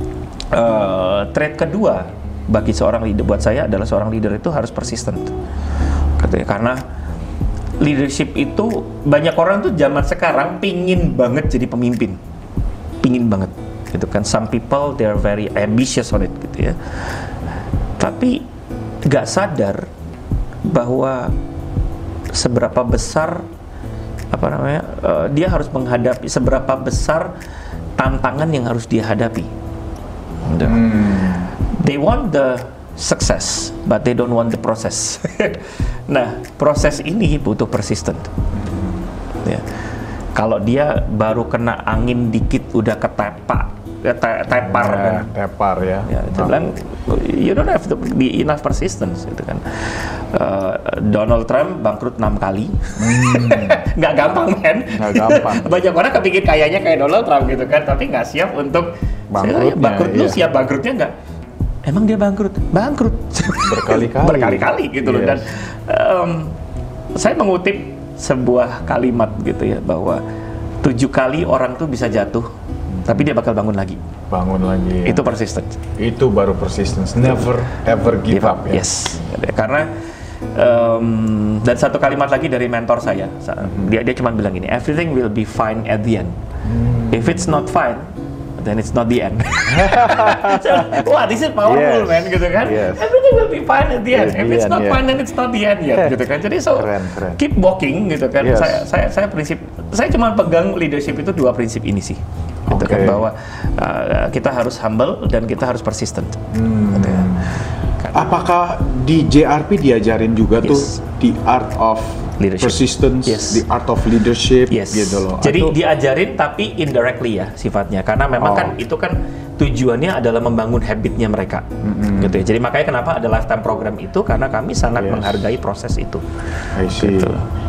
uh, trait kedua bagi seorang leader buat saya adalah seorang leader itu harus persistent. Katanya, karena leadership itu banyak orang tuh zaman sekarang pingin banget jadi pemimpin, pingin banget gitu kan. Some people they are very ambitious on it gitu ya, tapi nggak sadar bahwa seberapa besar apa namanya uh, dia harus menghadapi, seberapa besar tantangan yang harus dia hadapi. Gitu. Hmm. They want the success, but they don't want the process. Nah, proses ini butuh persistent. Ya. Kalau dia baru kena angin dikit udah ketepak, te- tepar Ya, kan. tepar ya. Ya, dia bilang you don't have to be enough persistence gitu kan. Uh, Donald Trump bangkrut enam kali, Hmm. nggak gampang men. Nggak gampang. Banyak orang kepikir kayaknya kayak Donald Trump gitu kan, tapi nggak siap untuk Bangkrutnya, bangkrut. Lu iya. siap bangkrutnya nggak? Emang dia bangkrut? Bangkrut. Berkali-kali. Berkali-kali gitu loh. Yes. Dan um, saya mengutip sebuah kalimat gitu ya, bahwa tujuh kali orang tuh bisa jatuh, tapi dia bakal bangun lagi. Bangun lagi. Itu persistent. Itu baru persistence. Never ever give, give up. Ya? Yes. Karena um, dan satu kalimat lagi dari mentor saya, mm-hmm. dia dia cuma bilang gini, everything will be fine at the end. Mm. If it's not fine, then it's not the end. So, wah, this is powerful, yes. man, gitu kan? Yes. Everything will be fine at the end. If it's not yeah. fine, then it's not the end yet, gitu kan? Jadi so keren, keren. Keep walking, gitu kan? Yes. Saya, saya, saya prinsip, saya cuma pegang leadership itu dua prinsip ini sih, gitu okay. kan? Bahwa uh, kita harus humble dan kita harus persistent. Hmm. Gitu kan? Apakah di J R P diajarin juga yes. tuh the art of leadership. Persistence, yes. the art of leadership, yes. gitu loh. Jadi Atau, diajarin tapi indirectly ya sifatnya, karena memang oh. kan itu kan tujuannya adalah membangun habitnya mereka, mm-hmm. gitu ya. Jadi makanya kenapa ada lifetime program itu, karena kami sangat yes. menghargai proses itu. I see. Gitu.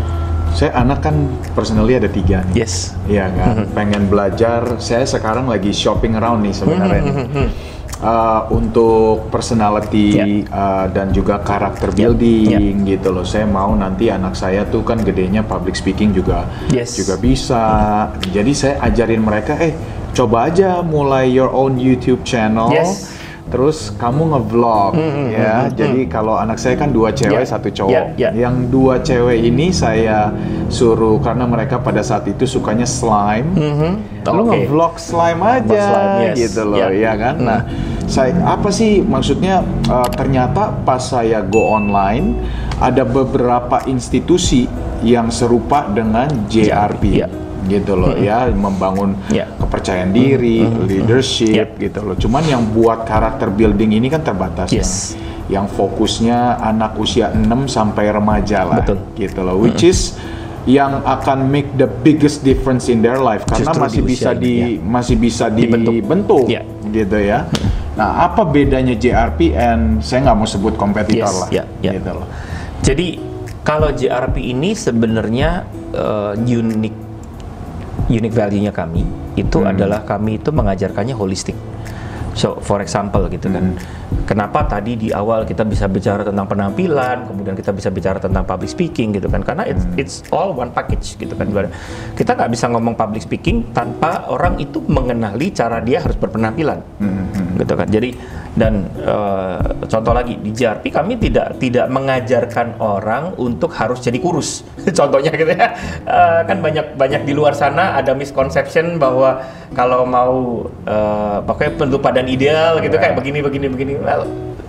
Saya anak kan personally ada tiga nih. Yes. Iya kan, mm-hmm. pengen belajar. Saya sekarang lagi shopping around nih sebenarnya. Mm-hmm. Uh, untuk personality yeah. uh, dan juga karakter building yeah. gitu loh. Saya mau nanti anak saya tuh kan gedenya public speaking juga yes. juga bisa. Mm-hmm. Jadi saya ajarin mereka, eh coba aja mulai your own YouTube channel. Yes. Terus kamu nge-vlog mm-hmm. ya. Mm-hmm. Jadi kalau anak saya kan dua cewek yeah. satu cowok. Yeah. Yeah. Yang dua cewek ini saya suruh karena mereka pada saat itu sukanya slime. Mm-hmm. Lu okay. nge-vlog slime aja slime, yes. gitu loh, yeah. ya kan. Mm-hmm. Nah, saya apa sih maksudnya uh, ternyata pas saya go online ada beberapa institusi yang serupa dengan J R P. Yeah. gitu loh mm-hmm. ya, membangun yeah. kepercayaan diri, mm-hmm. leadership yeah. gitu loh. Cuman yang buat karakter building ini kan terbatas yes. ya. Yang fokusnya anak usia enam sampai remaja lah. Betul. Gitu loh. Which mm-hmm. is yang akan make the biggest difference in their life karena Justru masih di bisa di ya. masih bisa dibentuk, dibentuk yeah. gitu ya. Mm-hmm. Nah, apa bedanya J R P and saya nggak mau sebut kompetitor yes. lah yeah. Yeah. gitu loh. Jadi kalau J R P ini sebenarnya uh, unik unique value-nya kami itu hmm. adalah kami itu mengajarkannya holistik. So, for example gitu kan, hmm. kenapa tadi di awal kita bisa bicara tentang penampilan, kemudian kita bisa bicara tentang public speaking gitu kan, karena it's, it's all one package gitu kan. Kita nggak bisa ngomong public speaking tanpa orang itu mengenali cara dia harus berpenampilan, hmm. gitu kan. Jadi dan uh, contoh lagi di J R P kami tidak tidak mengajarkan orang untuk harus jadi kurus, contohnya gitu ya. Uh, kan banyak banyak di luar sana ada misconception bahwa kalau mau uh, pakai bentuk badan ideal gitu kayak begini begini begini. Well,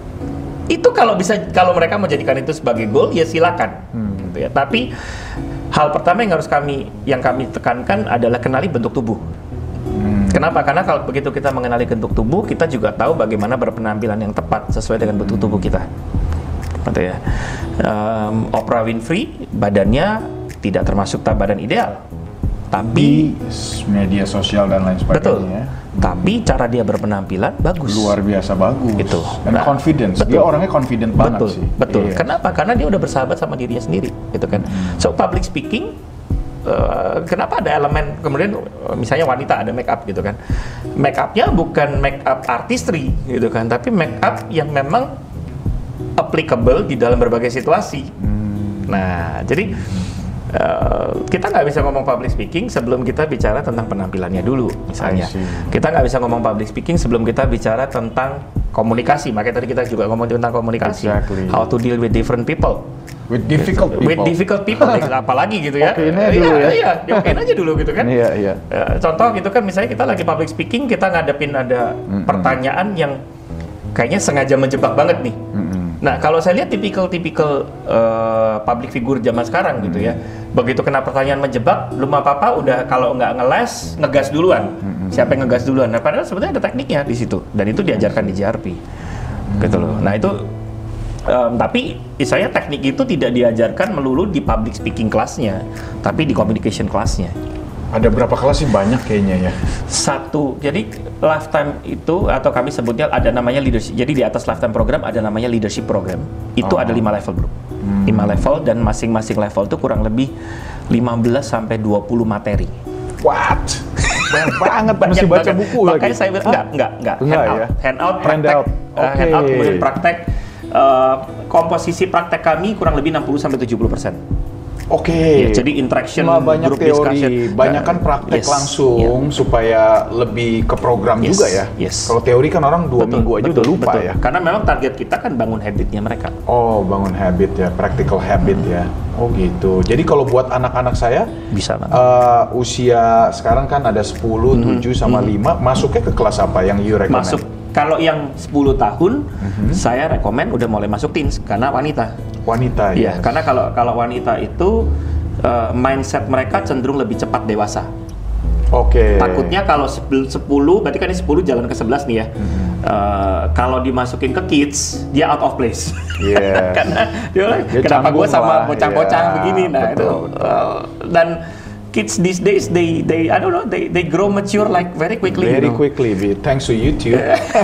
itu kalau bisa kalau mereka menjadikan itu sebagai goal ya silakan, hmm. gitu ya. Tapi hal pertama yang harus kami yang kami tekankan adalah kenali bentuk tubuh. Kenapa? Karena kalau begitu kita mengenali bentuk tubuh, kita juga tahu bagaimana berpenampilan yang tepat sesuai dengan bentuk tubuh kita. Betul ya. Um, Oprah Winfrey badannya tidak termasuk badan ideal, tapi di media sosial dan lain sebagainya. Betul. Tapi cara dia berpenampilan bagus. Luar biasa bagus. Gitu. Dan nah, confidence. Betul. Dia orangnya confident banget betul. sih. Betul. Yes. Kenapa? Karena dia udah bersahabat sama dirinya sendiri, gitu kan. Hmm. So public speaking. Uh, kenapa ada elemen kemudian uh, misalnya wanita ada make up gitu kan, make upnya bukan make up artistry gitu kan, tapi make up yang memang applicable di dalam berbagai situasi. Hmm. Nah jadi uh, kita nggak bisa ngomong public speaking sebelum kita bicara tentang penampilannya dulu misalnya. Kita nggak bisa ngomong public speaking sebelum kita bicara tentang komunikasi. Makanya tadi kita juga ngomong tentang komunikasi, exactly. how to deal with different people. With difficult people. With difficult people, apalagi gitu ya. Okein aja dulu ya. Iya, diokein aja dulu gitu kan. Iya, iya. Contoh gitu kan, misalnya kita lagi public speaking, kita ngadepin ada mm-hmm. pertanyaan yang kayaknya sengaja menjebak banget nih. Mm-hmm. Nah, kalau saya lihat tipikal-tipikal uh, public figure zaman sekarang mm-hmm. gitu ya, begitu kena pertanyaan menjebak, belum apa-apa udah kalau nggak ngeles, ngegas duluan. Mm-hmm. Siapa yang ngegas duluan? Nah, padahal sebenarnya ada tekniknya di situ, dan itu diajarkan di J R P. Mm-hmm. Gitu loh. Nah, itu Um, tapi saya teknik itu tidak diajarkan melulu di public speaking kelasnya, tapi di communication kelasnya. Ada berapa kelas sih? Banyak kayaknya ya. Satu, jadi lifetime itu atau kami sebutnya ada namanya leadership. Jadi di atas lifetime program ada namanya leadership program. Itu oh. ada lima level bro, hmm. lima level dan masing-masing level itu kurang lebih lima belas sampai dua puluh materi. What? Banyak banget, banyak mesti baca banget. buku Makanya lagi. saya bilang enggak, enggak, enggak. Enggak hand ya? out, hand out, praktek, hand out, uh, okay. hand out kemudian praktek. Uh, komposisi praktek kami kurang lebih enam puluh sampai tujuh puluh persen. Oke. Okay. Ya, jadi interaction, Cuma banyak group teori, discussion. banyak kan Uh, praktek yes, langsung yeah. supaya lebih ke program Yes, juga ya. yes. Kalau teori kan orang dua Betul, minggu aja betul, udah lupa betul. ya. Karena memang target kita kan bangun habitnya mereka. Oh, bangun habit ya, practical habit hmm. ya. Oh gitu. Jadi kalau buat anak-anak saya bisa banget. Uh, usia sekarang kan ada sepuluh, Hmm. tujuh sama Hmm. lima, masuknya ke kelas apa yang you recommend? Masuk. Kalau yang sepuluh tahun, Mm-hmm. saya rekomen udah mulai masuk teens karena wanita. Wanita ya. yes. Karena kalau kalau wanita itu uh, mindset mereka cenderung lebih cepat dewasa. Oke. Okay. Takutnya kalau sepuluh, berarti kan ini sepuluh jalan ke sebelas nih ya. Mm-hmm. Uh, kalau dimasukin ke kids, dia out of place. Yes. Karena dia, dia kenapa gue sama bocah-bocah yeah, begini? Nah betul, itu betul. Uh, dan kids these days they they I don't know they they grow mature like very quickly. Very you know? quickly, thanks to YouTube.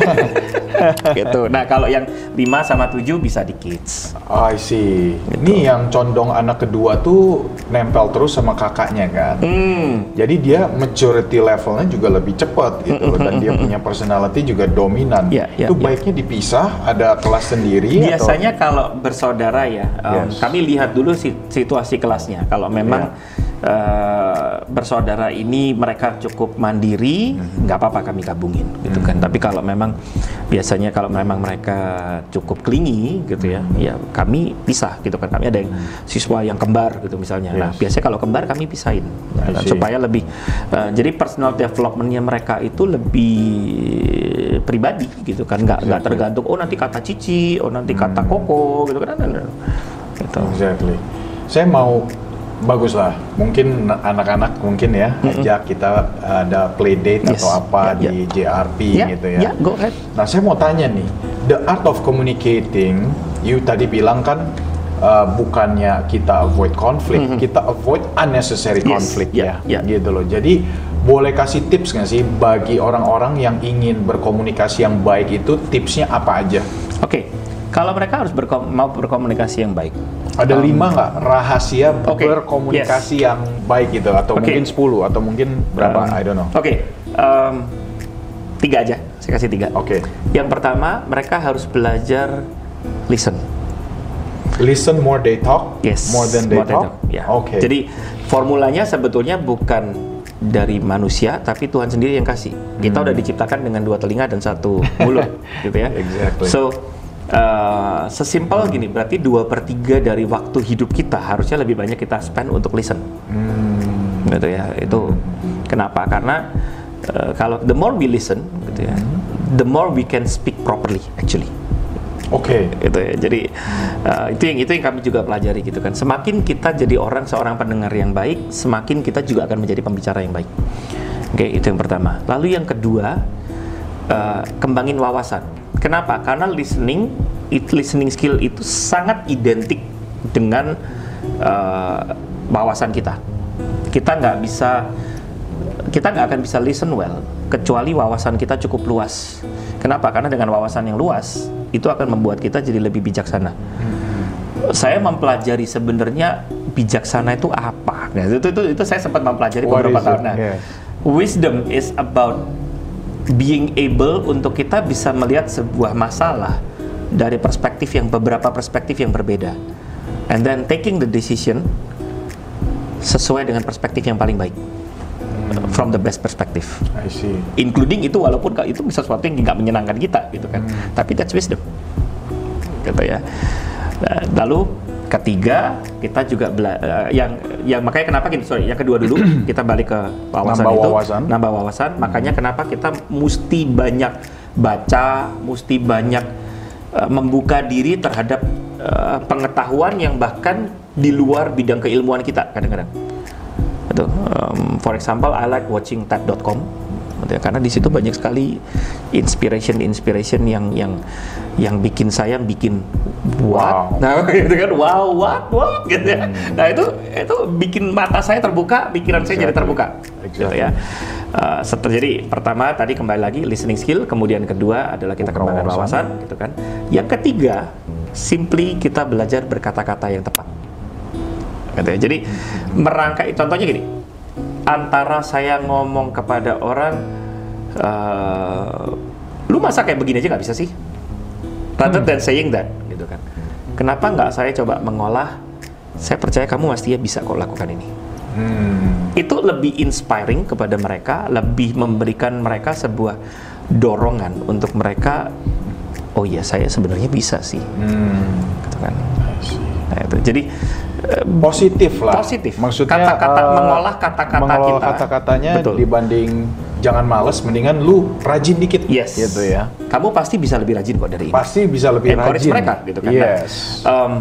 Gitu. Nah kalau yang lima sama tujuh bisa di kids. I see. Gitu. Ini yang condong anak kedua tuh nempel terus sama kakaknya kan. Hmm. Jadi dia maturity levelnya juga lebih cepat gitu loh, dan dia punya personality juga dominan. Yeah, yeah, itu yeah. baiknya dipisah, ada kelas sendiri. Biasanya atau? Kalau bersaudara ya, um, yes. kami lihat dulu situasi kelasnya. Kalau memang yeah. Uh, bersaudara ini mereka cukup mandiri, nggak mm-hmm. apa-apa kami gabungin gitu kan. Mm-hmm. Tapi kalau memang biasanya kalau memang mereka cukup clingy gitu ya, mm-hmm. ya kami pisah gitu kan. Kami ada yang siswa yang kembar gitu misalnya. Yes. Nah biasanya kalau kembar kami pisahin gitu kan, supaya lebih uh, jadi personal developmentnya mereka itu lebih pribadi gitu kan, nggak nggak exactly. tergantung oh nanti kata Cici, oh nanti kata Koko gitu kan. Gitu. Exactly. Saya mau bagus lah, mungkin anak-anak mungkin ya mm-hmm. ajak kita ada play date yes. atau apa yeah, di yeah. J R P yeah, gitu ya. Yeah, go ahead. Nah saya mau tanya nih, the art of communicating, you tadi bilang kan uh, bukannya kita avoid konflik, mm-hmm. kita avoid unnecessary yes, conflict yeah, ya, yeah. gitu loh. Jadi boleh kasih tips nggak sih bagi orang-orang yang ingin berkomunikasi yang baik itu, tipsnya apa aja? Oke, okay. Kalau mereka harus berkom- mau berkomunikasi yang baik. Ada um, lima nggak rahasia okay. berkomunikasi yes. yang baik gitu, atau okay. mungkin sepuluh atau mungkin berapa? Um, I don't know. Oke, okay. um, tiga aja. Saya kasih tiga. Oke. Okay. Yang pertama, mereka harus belajar listen. Listen more they talk. Yes. More than they more talk. talk. Ya. Oke. Okay. Jadi formulanya sebetulnya bukan dari manusia, tapi Tuhan sendiri yang kasih. Kita hmm. udah diciptakan dengan dua telinga dan satu mulut, gitu ya. Exactly. So Uh, sesimpel gini, berarti dua per tiga dari waktu hidup kita harusnya lebih banyak kita spend untuk listen, hmm. gitu ya. Itu hmm. kenapa? Karena uh, kalau the more we listen, gitu ya, hmm. the more we can speak properly, actually. Oke. Okay. Gitu ya. Jadi uh, itu yang itu yang kami juga pelajari, gitu kan. Semakin kita jadi orang seorang pendengar yang baik, semakin kita juga akan menjadi pembicara yang baik. Oke, okay, itu yang pertama. Lalu yang kedua, uh, kembangin wawasan. Kenapa? Karena listening, it, listening skill itu sangat identik dengan uh, wawasan kita. Kita nggak bisa, kita nggak akan bisa listen well kecuali wawasan kita cukup luas. Kenapa? Karena dengan wawasan yang luas itu akan membuat kita jadi lebih bijaksana. Hmm. Saya mempelajari sebenarnya bijaksana itu apa. Nah, itu, itu itu saya sempat mempelajari What beberapa tahun. Nah, yeah. Wisdom is about being able untuk kita bisa melihat sebuah masalah dari perspektif yang beberapa perspektif yang berbeda, and then taking the decision sesuai dengan perspektif yang paling baik, hmm. from the best perspective. I see. Including itu walaupun itu sesuatu yang nggak menyenangkan kita, gitu kan. Hmm. Tapi that's wisdom, gitu ya. Nah, lalu ketiga kita juga bela- uh, yang yang makanya kenapa gini, sorry, yang kedua dulu kita balik ke wawasan nambah itu wawasan. nambah wawasan hmm. Makanya kenapa kita mesti banyak baca, mesti banyak uh, membuka diri terhadap uh, pengetahuan yang bahkan di luar bidang keilmuan kita kadang-kadang. Betul. Um, for example, I like watching T E D dot com. Karena di situ banyak sekali inspiration inspiration yang yang yang bikin saya bikin what, wow. Nah gitu kan, wow, what, what, gitu ya. Hmm. Nah itu itu bikin mata saya terbuka, pikiran exactly. saya jadi terbuka, exactly. gitu ya. Uh, setelah, jadi pertama tadi kembali lagi listening skill, kemudian kedua adalah kita kembangkan wawasan, gitu kan. Yang ketiga, simply kita belajar berkata-kata yang tepat. Gitu ya. Jadi hmm. merangkai, contohnya gini. Antara saya ngomong kepada orang, uh, lu masa kayak begini aja nggak bisa sih? Rather than saying that, gitu kan. Kenapa nggak saya coba mengolah saya percaya kamu pasti ya bisa kok lakukan ini. Hmm. Itu lebih inspiring kepada mereka, lebih memberikan mereka sebuah dorongan untuk mereka, oh iya saya sebenarnya bisa sih, hmm. gitu kan. Nah, itu. Jadi positif lah. Positif. Maksudnya kata-kata uh, mengolah kata-kata mengolah kita. kata-katanya Betul. dibanding jangan males, mendingan lu rajin dikit. Yes. Gitu ya. Kamu pasti bisa lebih rajin kok dari ini. Pasti bisa lebih Encourage rajin. mereka gitu kan. Yes. Nah, um,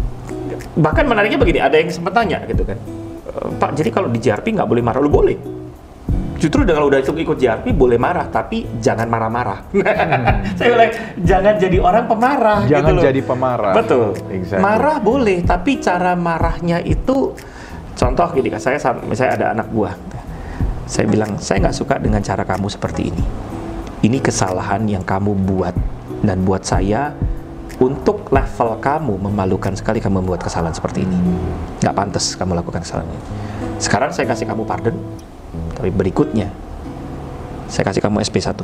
bahkan menariknya begini, ada yang sempat tanya gitu kan, Pak, jadi kalau di J R P nggak boleh marah? Lu boleh. Justru kalau udah ikut J R P boleh marah, tapi jangan marah-marah. Hmm. Saya bilang, jangan jadi orang pemarah. Jangan gitu jadi pemarah. Betul. Exactly. Marah boleh, tapi cara marahnya itu, contoh gini kan, saya misalnya ada anak buah, saya bilang, saya nggak suka dengan cara kamu seperti ini. Ini kesalahan yang kamu buat, dan buat saya, untuk level kamu memalukan sekali kamu membuat kesalahan seperti ini. Nggak pantas kamu lakukan kesalahan ini. Sekarang saya kasih kamu pardon, tapi berikutnya saya kasih kamu S P satu.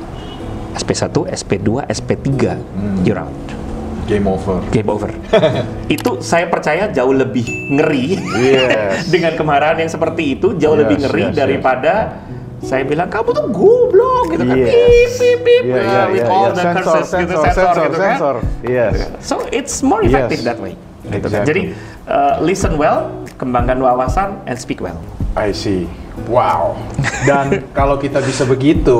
S P satu, S P dua, S P tiga, hmm. you're out. Game over. Game over. Itu saya percaya jauh lebih ngeri. Yes. Dengan kemarahan yang seperti itu jauh yes, lebih ngeri yes, daripada yes. Saya bilang, kamu tuh goblok gitu kan, yes. Beep, beep, beep, yeah, yeah, with yeah, all yeah. the sensor, curses, sensor, gitu, sensor, sensor, gitu kan. Sensor. Yes. So it's more effective yes. that way. Gitu Exactly. kan. Jadi uh, listen well, kembangkan wawasan, and speak well. I see. Wow. Dan kalau kita bisa begitu,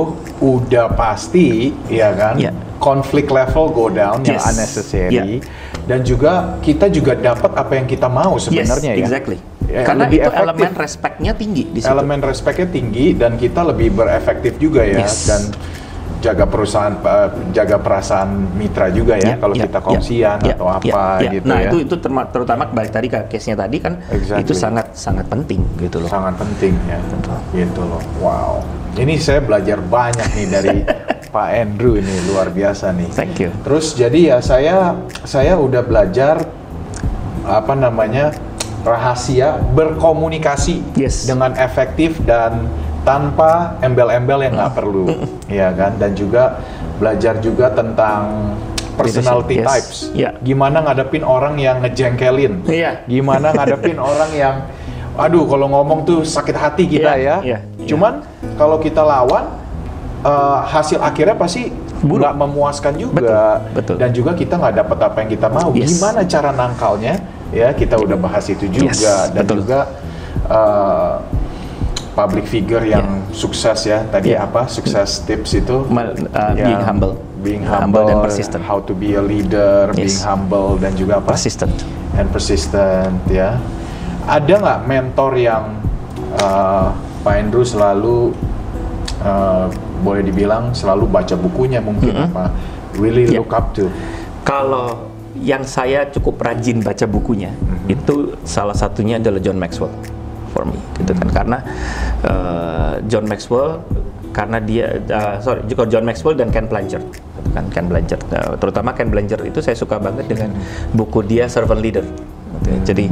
udah pasti, ya kan, yeah. konflik level go down yes. yang unnecessary, yeah. dan juga kita juga dapat apa yang kita mau sebenarnya yes, ya. Exactly. Ya, karena itu efektif. elemen respect-nya tinggi di situ. Elemen respect-nya tinggi dan kita lebih berefektif juga ya yes. dan jaga perusahaan uh, jaga perasaan mitra juga ya yeah, kalau yeah, kita kongsian yeah, atau apa yeah, yeah. gitu nah, ya. Nah, itu itu terutama balik tadi ke case-nya tadi kan exactly. itu sangat sangat penting gitu loh. Sangat penting ya. Betul. Gitu loh. Wow. Ini saya belajar banyak nih dari Pak Andrew ini, luar biasa nih. Thank you. Terus jadi ya saya saya udah belajar apa namanya? rahasia berkomunikasi yes. dengan efektif dan tanpa embel-embel yang nggak mm. perlu, ya kan? Dan juga belajar juga tentang personality yes. types. Yeah. Gimana ngadepin orang yang ngejengkelin? Yeah. Gimana ngadepin orang yang, aduh kalau ngomong tuh sakit hati kita yeah. ya. Yeah. Cuman yeah. kalau kita lawan, uh, hasil akhirnya pasti nggak memuaskan juga. Betul. Betul. Dan juga kita nggak dapat apa yang kita mau. Yes. Gimana cara nangkalnya? Ya kita udah bahas itu juga yes, dan betul. juga uh, public figure yang yeah. sukses ya tadi yeah. apa sukses tips itu Mal, uh, being humble, being humble, humble dan persistent, how to be a leader, yes. being humble dan juga apa persistent and persistent ya. Ada nggak mentor yang uh, Pak Andrew selalu uh, boleh dibilang selalu baca bukunya mungkin mm-hmm. apa really yeah. look up to? Kalau yang saya cukup rajin baca bukunya mm-hmm. itu salah satunya adalah John Maxwell for me gitu kan karena uh, John Maxwell karena dia uh, sorry juga John Maxwell dan Ken Blanchard gitu kan Ken Blanchard uh, terutama Ken Blanchard itu saya suka banget dengan buku dia Servant Leader gitu ya. Jadi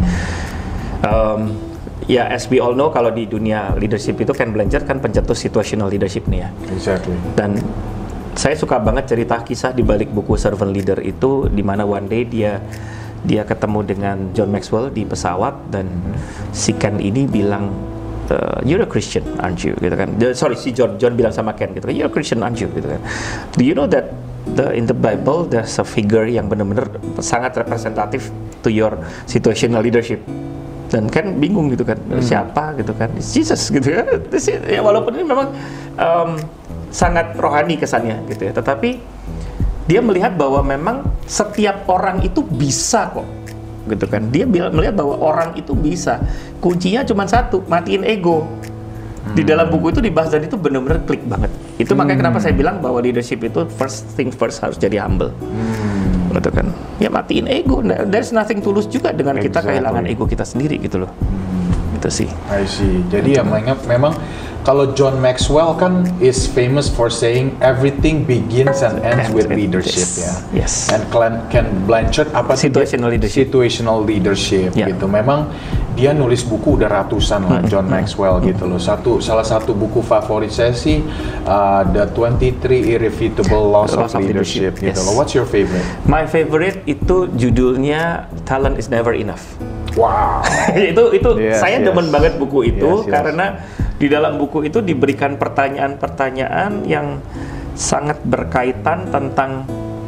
um, ya as we all know kalau di dunia leadership itu Ken Blanchard kan pencetus situational leadership nih ya. Exactly. Dan saya suka banget cerita kisah di balik buku Servant Leader itu di mana one day dia dia ketemu dengan John Maxwell di pesawat dan mm-hmm. si Ken ini bilang uh, you're a Christian aren't you gitu kan. Sorry si John John bilang sama Ken gitu kan you're a Christian aren't you gitu kan. Do you know that the in the Bible there's a figure yang benar-benar sangat representatif to your situational leadership. Dan Ken bingung gitu kan hmm. siapa gitu kan It's Jesus gitu kan ya walaupun ini memang um, sangat rohani kesannya gitu ya, tetapi dia melihat bahwa memang setiap orang itu bisa kok gitu kan. Dia melihat bahwa orang itu bisa, kuncinya cuma satu, matiin ego. Di dalam buku itu dibahas dan itu benar-benar klik banget. Itu hmm. makanya kenapa saya bilang bahwa leadership itu first thing first harus jadi humble. Hmm. Gitu kan. Ya matiin ego. There's nothing tulus juga dengan exactly. kita kehilangan ego kita sendiri gitu loh. Hmm. Itu sih. I see. Jadi ya memang, memang kalau John Maxwell kan is famous for saying everything begins and ends with leadership yes. ya. Yes. And Ken Blanchard apa situational leadership. Situational leadership yeah. gitu. Memang dia nulis buku udah ratusan lah, John Maxwell gitu loh. Satu salah satu buku favorit saya sih uh, The twenty-three Irrefutable Laws of, of Leadership, leadership gitu yes. loh. What's your favorite? My favorite itu judulnya Talent is Never Enough. Wow. itu itu yes, saya yes. demen banget buku itu yes, yes. karena di dalam buku itu diberikan pertanyaan-pertanyaan yang sangat berkaitan tentang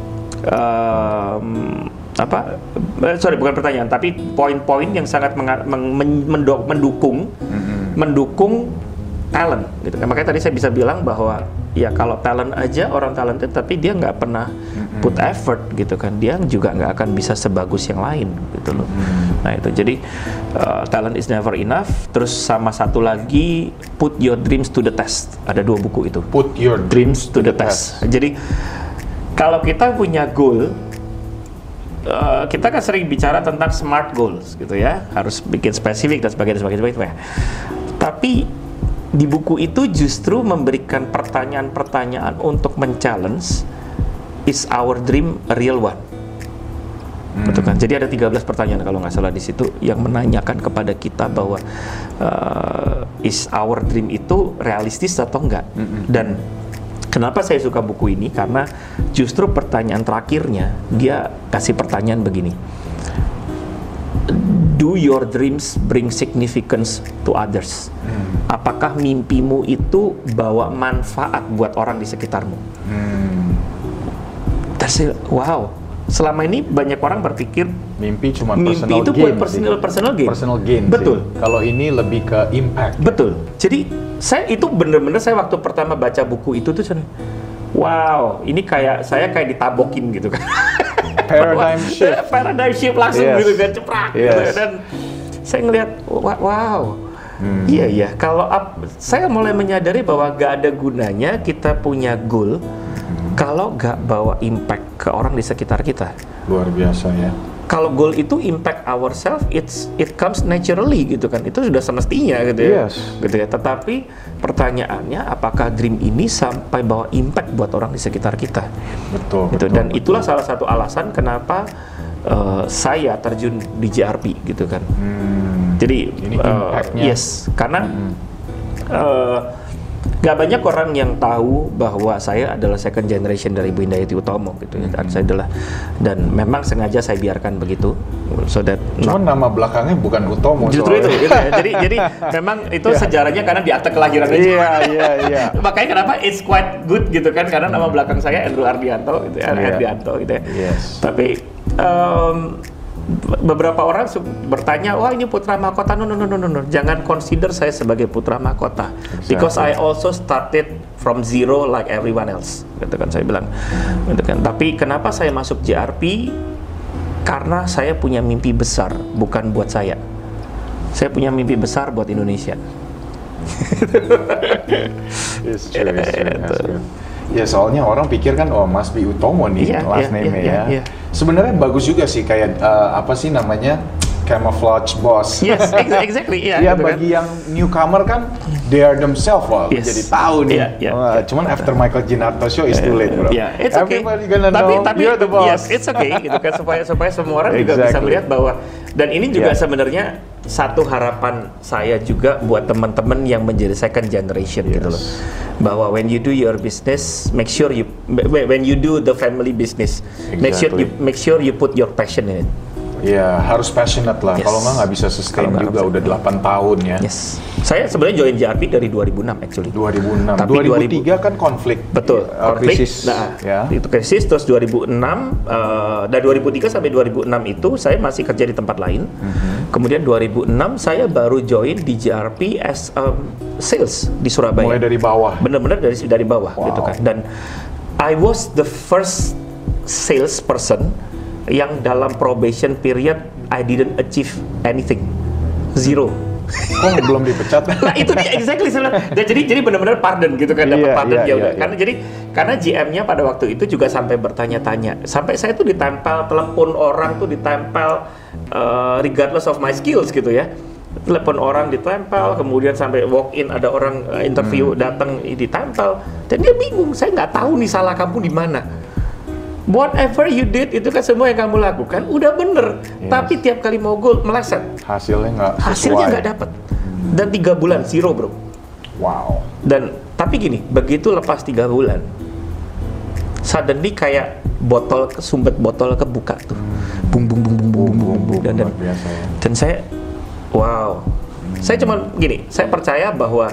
um, apa sorry bukan pertanyaan tapi poin-poin yang sangat menga- men- men- mendukung mm-hmm. mendukung talent gitu kan. Makanya tadi saya bisa bilang bahwa ya kalau talent aja orang talented tapi dia nggak pernah mm-hmm. put effort gitu kan, dia juga nggak akan bisa sebagus yang lain gitu loh. Mm-hmm. Nah itu jadi uh, talent is never enough. Terus sama satu lagi Put Your Dreams to the Test, ada dua buku itu. Put Your Dreams to, to the, the test. test. Jadi kalau kita punya goal, Uh, kita kan sering bicara tentang smart goals gitu ya, harus bikin spesifik dan sebagainya, sebagainya, sebagainya. Tapi di buku itu justru memberikan pertanyaan-pertanyaan untuk men-challenge, is our dream a real one? Hmm. Betul kan? Jadi ada tiga belas pertanyaan kalau nggak salah di situ yang menanyakan kepada kita bahwa uh, is our dream itu realistis atau enggak? Hmm. Dan kenapa saya suka buku ini? Karena justru pertanyaan terakhirnya dia kasih pertanyaan begini. Do your dreams bring significance to others? Hmm. Apakah mimpimu itu bawa manfaat buat orang di sekitarmu? Hmm. That's it. Wow. Selama ini banyak orang berpikir mimpi cuma mimpi personal itu gain, buat personal sih. personal gain. Personal gain. Betul. Sih. Kalau ini lebih ke impact. Betul. Jadi saya itu bener-bener saya waktu pertama baca buku itu tuh wow, ini kayak saya kayak ditabokin gitu kan. Paradigm shift. Paradigm shift langsung yes. gitu kan, ceprak yes. gitu. Dan saya ngelihat wow. Hmm. Iya iya, kalau up, saya mulai menyadari bahwa gak ada gunanya kita punya goal hmm. kalau gak bawa impact ke orang di sekitar kita. Luar biasa ya. Kalau goal itu impact ourselves, it's it comes naturally gitu kan, itu sudah semestinya gitu ya, yes. gitu ya. Tetapi pertanyaannya, apakah dream ini sampai bawa impact buat orang di sekitar kita? Betul. Gitu. betul Dan betul. itulah salah satu alasan kenapa uh, saya terjun di J R P gitu kan. Hmm. Jadi, ini uh, yes, karena hmm. uh, gak banyak orang yang tahu bahwa saya adalah second generation dari Ibu Indayati Utomo gitu ya. Dan saya adalah, dan memang sengaja saya biarkan begitu, so that cuman not, nama belakangnya bukan Utomo. Justru itu, gitu ya. Jadi jadi memang itu yeah. sejarahnya karena di akte kelahiran aja. Iya iya iya. Makanya kenapa it's quite good gitu kan, karena nama belakang saya Andrew Ardianto gitu ya, yeah. Ardianto gitu ya. Yes. Tapi um, beberapa orang bertanya, wah ini putra mahkota, no no no no no, jangan consider saya sebagai putra mahkota, exactly. because I also started from zero like everyone else, gitu kan saya bilang, gitu kan. Tapi kenapa saya masuk J R P? Karena saya punya mimpi besar, bukan buat saya. Saya punya mimpi besar buat Indonesia. It's true, it's true, it's true. Ya soalnya orang pikir kan oh must be Utomo nih yeah, last yeah, name yeah, ya. Yeah, yeah. Sebenarnya bagus juga sih kayak uh, apa sih namanya camouflage boss. Yes, exactly. Yeah, ya gitu bagi kan. yang newcomer kan they are themselves wah yes. jadi tahu nih. Yeah, yeah, uh, yeah. Cuman after Michael Ginarto show is too late bro. Yeah, it's okay. Everybody gonna tapi, know tapi, you're the boss. Yes, it's okay gitu kan supaya supaya semua orang exactly. juga bisa melihat bahwa, dan ini juga yeah. sebenarnya satu harapan saya juga buat teman-teman yang menjadi second generation yes. gitu loh. Bahwa when you do your business, make sure you when you do the family business, exactly. make sure you make sure you put your passion in it. Ya harus passionate lah. Yes. Kalau nggak nggak bisa sustain juga bisa. Udah delapan tahun ya. Yes. Saya sebenarnya join J R P dari dua ribu enam actually. dua ribu enam. Tapi dua ribu tiga kan konflik. Betul. Uh, konflik. Krisis. Nah, ya. itu krisis. Terus dua ribu enam uh, dari dua ribu tiga sampai dua ribu enam itu saya masih kerja di tempat lain. Mm-hmm. Kemudian dua ribu enam saya baru join di J R P as um, sales di Surabaya. Mulai dari bawah. Bener-bener dari dari bawah wow. gitu kan. Dan I was the first sales person yang dalam probation period I didn't achieve anything, zero. Kok belum dipecat? Nah itu dia exactly salah. Dan jadi jadi benar-benar pardon gitu kan, dapat yeah, pardon yeah, ya udah. Yeah, karena yeah. jadi karena G M-nya pada waktu itu juga sampai bertanya-tanya, sampai saya tuh ditempel telepon orang tuh ditempel uh, regardless of my skills gitu ya. Telepon orang ditempel, kemudian sampai walk in ada orang uh, interview hmm. datang ditempel, dan dia bingung, saya nggak tahu nih salah kamu di mana. whatever you did itu kan semua yang kamu lakukan udah bener, yes. Tapi tiap kali mau goal meleset, hasilnya nggak sesuai. Hasilnya nggak dapet. Dan tiga bulan zero bro. Wow. Dan tapi gini, begitu lepas tiga bulan, suddenly kayak botol kesumbet botol kebuka tuh, bung bung bung bung bung bung bung dan dan, biasa, ya. Dan saya, wow, hmm. saya cuma gini, saya percaya bahwa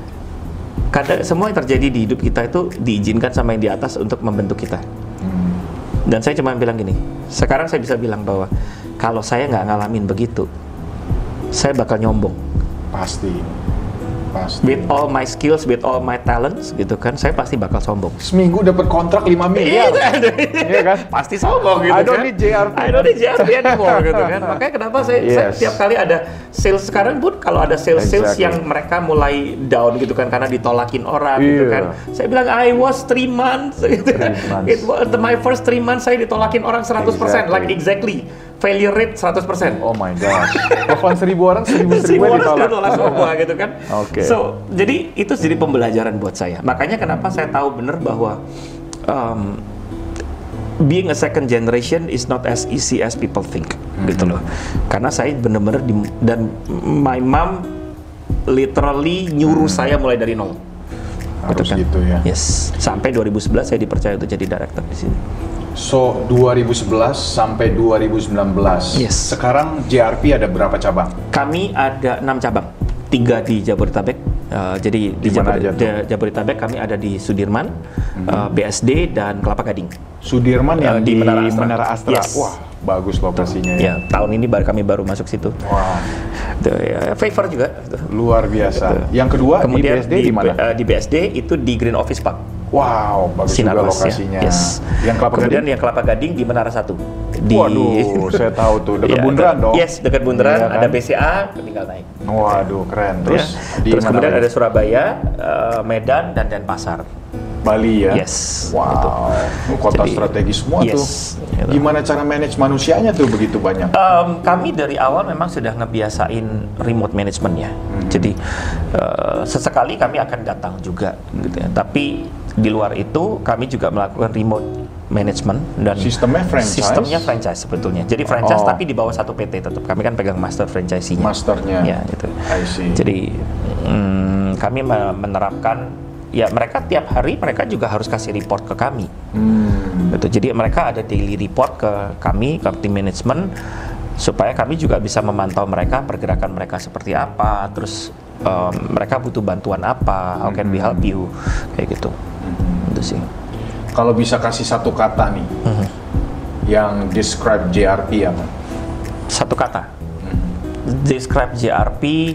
kadang semua yang terjadi di hidup kita itu diizinkan sama yang di atas untuk membentuk kita. Hmm. Dan saya cuma bilang gini, sekarang saya bisa bilang bahwa kalau saya nggak ngalamin begitu, saya bakal nyombong. Pasti. Pasti. With all my skills, with all my talents, gitu kan, saya pasti bakal sombong. Seminggu dapat kontrak lima miliar, iya kan? Pasti sombong gitu I don't kan? need J R P. I don't need J R P anymore gitu kan? Makanya kenapa saya, yes. saya tiap kali ada sales sekarang pun kalau ada sales-sales exactly. yang mereka mulai down gitu kan karena ditolakin orang yeah. gitu kan, saya bilang I was three months, gitu kan? It was my first three months saya ditolakin orang seratus persen, exactly. like exactly. Failure rate seratus persen. Oh my gosh. Telepon seribu orang, seribu seribu ditolak. ditolak semua gitu kan. Oke. Okay. So, jadi itu jadi pembelajaran buat saya. Makanya kenapa saya tahu benar bahwa um, being a second generation is not as easy as people think, mm-hmm. gitu loh. Karena saya benar-benar dan my mom literally nyuruh mm-hmm. saya mulai dari nol. Harus gitu, kan? gitu ya. Yes. Sampai dua ribu sebelas saya dipercaya untuk jadi director di sini. So, dua ribu sebelas sampai dua ribu sembilan belas. Yes. Sekarang J R P ada berapa cabang? Kami ada enam cabang. Tiga di Jabodetabek. Uh, jadi di, di Jabod Jabodetabek kami ada di Sudirman, mm-hmm. uh, B S D dan Kelapa Gading. Sudirman yang uh, di, di Menara Astra. Menara Astra. Yes. Wah, bagus lokasinya. Ya, ya tahun ini baru kami baru masuk situ. Wow. Tuh, ya, favor juga. Luar biasa. Tuh. Yang kedua kemudian di B S D di mana? Uh, di B S D itu di Green Office Park. Wow, bagus Sinar juga lokasinya. Ya. Yes. Yang Kelapa Kemudian Gading? yang Kelapa Gading di Menara satu. Di... Waduh, saya tahu tuh dekat ya, Bundaran dong. Yes, dekat Bundaran. Ya, kan? Ada B C A, tinggal naik. Waduh, keren. Terus, ya. di Terus mana kemudian lagi? ada Surabaya, uh, Medan, dan Denpasar. Bali ya? Yes. Wow, gitu. Kota Jadi, strategi semua yes, tuh. Gitu. Gimana cara manage manusianya tuh begitu banyak? Um, kami dari awal memang sudah ngebiasain remote management ya. Hmm. Jadi uh, sesekali kami akan datang juga, hmm. gitu ya. Tapi di luar itu kami juga melakukan remote management dan sistemnya franchise. Sistemnya franchise sebetulnya. Jadi franchise oh. tapi di bawah satu P T tetap. Kami kan pegang master franchisee-nya. Masternya. Ya, gitu. I see. Jadi hmm, kami menerapkan ya mereka tiap hari mereka juga harus kasih report ke kami. Hmm. Gitu. Jadi mereka ada daily report ke kami, ke tim manajemen supaya kami juga bisa memantau mereka, pergerakan mereka seperti apa, terus um, mereka butuh bantuan apa, how can we help you, kayak gitu. Hmm. Itu sih. Kalau bisa kasih satu kata nih, hmm. yang describe J R P apa? Satu kata. Hmm. Describe J R P.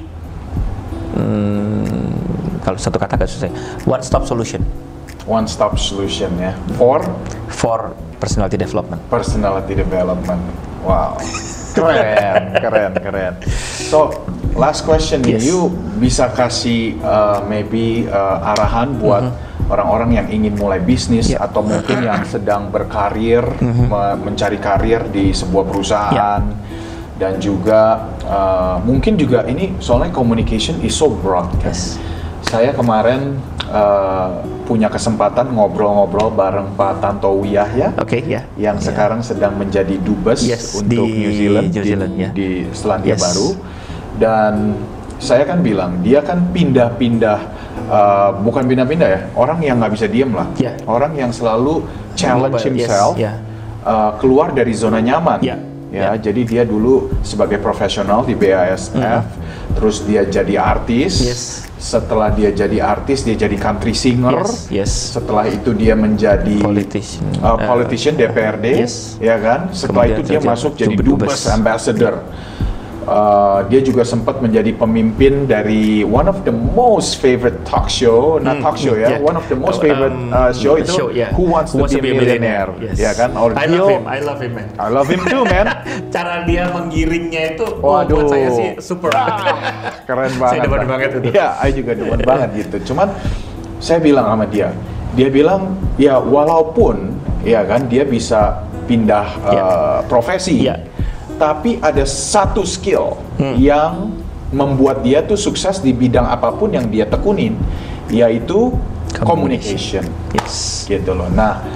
Hmm, kalau satu kata gak susah. One stop solution. One stop solution ya. For? For personality development. Personality development. Wow. Keren, keren, keren. So, last question nih, yes. You bisa kasih uh, maybe uh, arahan buat mm-hmm. orang-orang yang ingin mulai bisnis yeah. atau mungkin yang sedang berkarir, mm-hmm. me- mencari karir di sebuah perusahaan, yeah. dan juga uh, mungkin juga ini soalnya communication is so broad kan. Yes. Saya kemarin uh, punya kesempatan ngobrol-ngobrol bareng Pak Tantowi Yahya, okay, yeah. yang yeah. sekarang sedang menjadi dubes yes, untuk di New Zealand, New Zealand di, yeah. di Selandia yes. Baru. Dan saya kan bilang dia kan pindah-pindah, uh, bukan pindah-pindah ya, orang yang nggak bisa diem lah, yeah. orang yang selalu challenge Mobile, himself, yes. yeah. uh, keluar dari zona nyaman. Yeah. Ya, yeah. jadi dia dulu sebagai profesional di B A S F, mm. terus dia jadi artis. Yes. Setelah dia jadi artis, dia jadi country singer. Yes. yes. Setelah itu dia menjadi politician, uh, politician uh, D P R D, yes. ya kan? Setelah Kemudian itu dia masuk jadi dubes ambassador. Uh, dia juga sempat menjadi pemimpin dari one of the most favorite talk show, not mm, talk show mm, ya, yeah. one of the most favorite uh, show itu show, yeah. Who Wants, Who to, wants be to Be a Millionaire, yes. ya kan? Or I love him, I love him man. I love him too man. Cara dia menggiringnya itu, oh, buat saya sih super. Keren banget. Saya demen banget itu. Iya, saya juga demen banget gitu. Cuman saya bilang sama dia, dia bilang ya walaupun ya kan dia bisa pindah yeah. uh, profesi. Yeah. Tapi ada satu skill hmm. yang membuat dia tuh sukses di bidang apapun yang dia tekunin, yaitu communication, yes. gitu loh. Nah,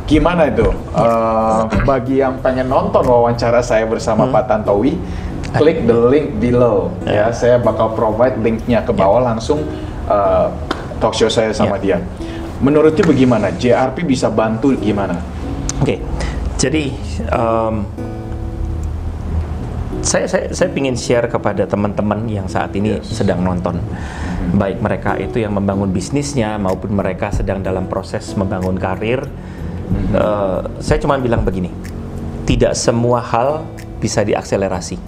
gimana itu? Uh, bagi yang pengen nonton wawancara saya bersama hmm. Pak Tantowi, klik the link below. Yeah. Ya, saya bakal provide linknya ke bawah yeah. langsung uh, talk show saya sama yeah. dia. Menurutnya bagaimana? J R P bisa bantu gimana? Oke, okay. Jadi um, saya saya saya ingin share kepada teman-teman yang saat ini yes. sedang nonton, mm-hmm. baik mereka itu yang membangun bisnisnya maupun mereka sedang dalam proses membangun karir. Mm-hmm. uh, saya cuma bilang begini, tidak semua hal bisa diakselerasi.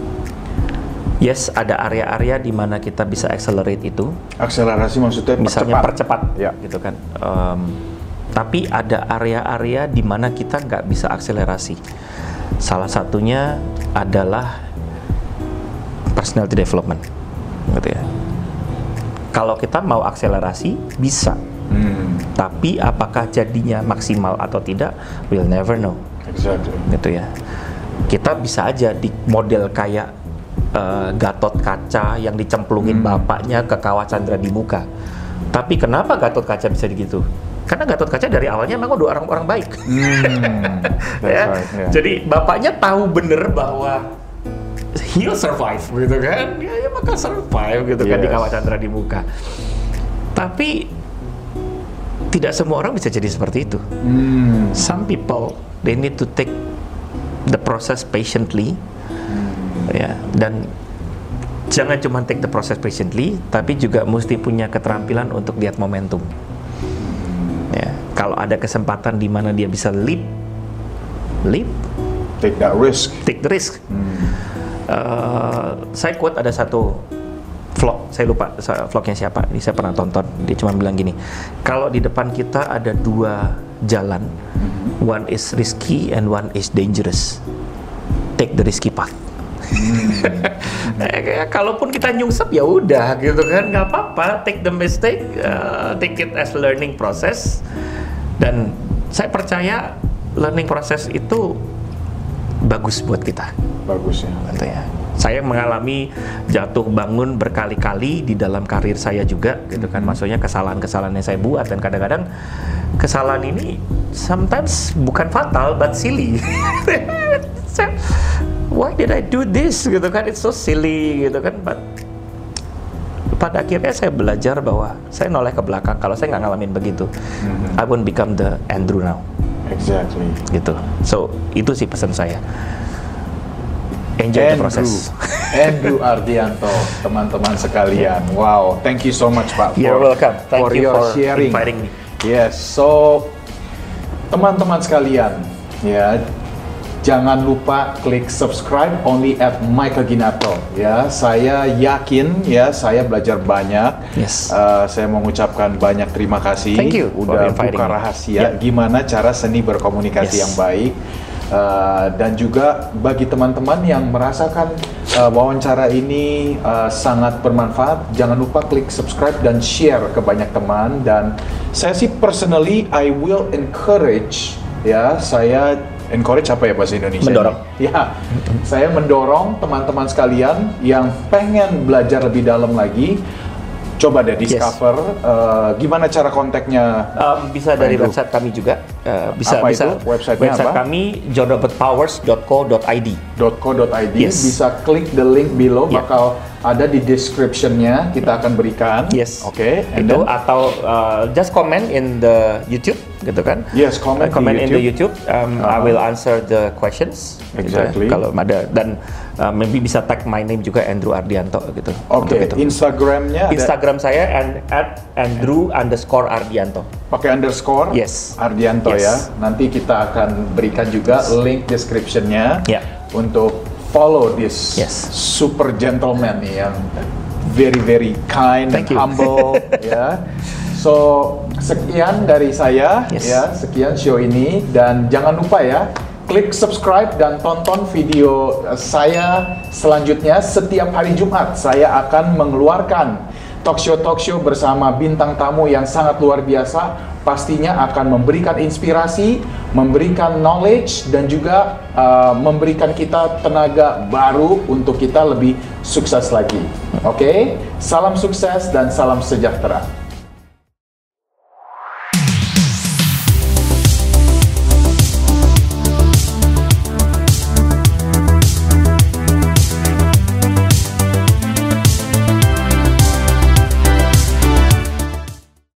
Yes, ada area-area di mana kita bisa accelerate itu. Akselerasi maksudnya misalnya percepat, ya. gitu kan. Um, tapi ada area-area di mana kita nggak bisa akselerasi. Salah satunya adalah personality development, gitu ya. Kalau kita mau akselerasi bisa, hmm. tapi apakah jadinya maksimal atau tidak, we'll never know. Exactly. Gitu ya. Kita bisa aja di model kayak Uh, Gatot Kaca yang dicemplungin hmm. bapaknya ke Kawah Chandra di muka. Tapi kenapa Gatot Kaca bisa begitu? Karena Gatot Kaca dari awalnya memang udah orang-orang baik. Hmm. ya? Right, yeah. Jadi bapaknya tahu bener bahwa he'll survive, gitu kan? Ya, ya maka survive, gitu yes. kan di Kawah Chandra di muka. Tapi tidak semua orang bisa jadi seperti itu. Hmm. Some people they need to take the process patiently. Ya, dan jangan cuma take the process patiently, tapi juga mesti punya keterampilan untuk lihat momentum. Ya, kalau ada kesempatan di mana dia bisa leap, leap, take that risk, take the risk. Hmm. Uh, saya quote ada satu vlog, saya lupa vlognya siapa, ini saya pernah tonton. Dia cuma bilang gini, kalau di depan kita ada dua jalan, hmm. one is risky and one is dangerous, take the risky path. Hmm. eh, kalaupun kita nyungsep ya udah gitu kan, nggak apa-apa, take the mistake, uh, take it as learning process. Dan saya percaya learning process itu bagus buat kita. Bagus ya. Gitu ya. Saya mengalami jatuh bangun berkali-kali di dalam karir saya juga, gitu kan. Maksudnya kesalahan-kesalahan yang saya buat, dan kadang-kadang kesalahan ini sometimes bukan fatal but silly. Why did I do this? Gitu kan, it's so silly, gitu kan. But pada akhirnya saya belajar bahwa saya noleh ke belakang. Kalau saya nggak ngalamin begitu, mm-hmm. I won't become the Andrew now. Exactly. Gitu. So itu sih pesan saya. Enjoy Andrew, the process. Andrew Ardianto, teman-teman sekalian. Wow, thank you so much Pak. You're for, welcome. Thank for you your for sharing. inviting me. Yes, so teman-teman sekalian, ya. Jangan lupa klik subscribe only at Michael Ginarto. Ya, saya yakin ya, saya belajar banyak. Yes. Uh, saya mengucapkan banyak terima kasih. Thank you. Udah buka rahasia yeah. gimana cara seni berkomunikasi yes. yang baik. Uh, dan juga bagi teman-teman yang merasakan uh, wawancara ini uh, sangat bermanfaat, jangan lupa klik subscribe dan share ke banyak teman. Dan saya sih personally, I will encourage, ya, saya encourage apa ya bahasa Indonesia? Mendorong. Ini? Ya, saya mendorong teman-teman sekalian yang pengen belajar lebih dalam lagi. Coba deh discover, yes. uh, gimana cara kontaknya? Um, bisa dari Andrew. Website kami juga. Uh, bisa apa bisa. Itu? Website website apa? kami john robert powers dot co dot i d. .co.id. Yes. Bisa klik the link below, yeah. bakal ada di description-nya, kita akan berikan. Yes. Oke. Okay. Itu then, atau uh, just comment in the YouTube, gitu kan? Yes, comment, uh, comment di in the YouTube. Um, uh-huh. I will answer the questions. Exactly. Gitu, kalau ada, dan uh, maybe bisa tag my name juga, Andrew Ardianto, gitu. Oke. Okay. Instagramnya ada? Instagram saya and at Andrew underscore Ardianto. Pakai underscore? Yes. Ardianto yes. ya. Nanti kita akan berikan juga yes. link description-nya yeah. untuk follow this yes. super gentleman nih yang very very kind Thank and you. humble ya. So sekian dari saya yes. ya, sekian show ini, dan jangan lupa ya, klik subscribe dan tonton video saya selanjutnya. Setiap hari Jumat saya akan mengeluarkan talk show talk show bersama bintang tamu yang sangat luar biasa. Pastinya akan memberikan inspirasi, memberikan knowledge, dan juga uh, memberikan kita tenaga baru untuk kita lebih sukses lagi. Oke, okay? Salam sukses dan salam sejahtera.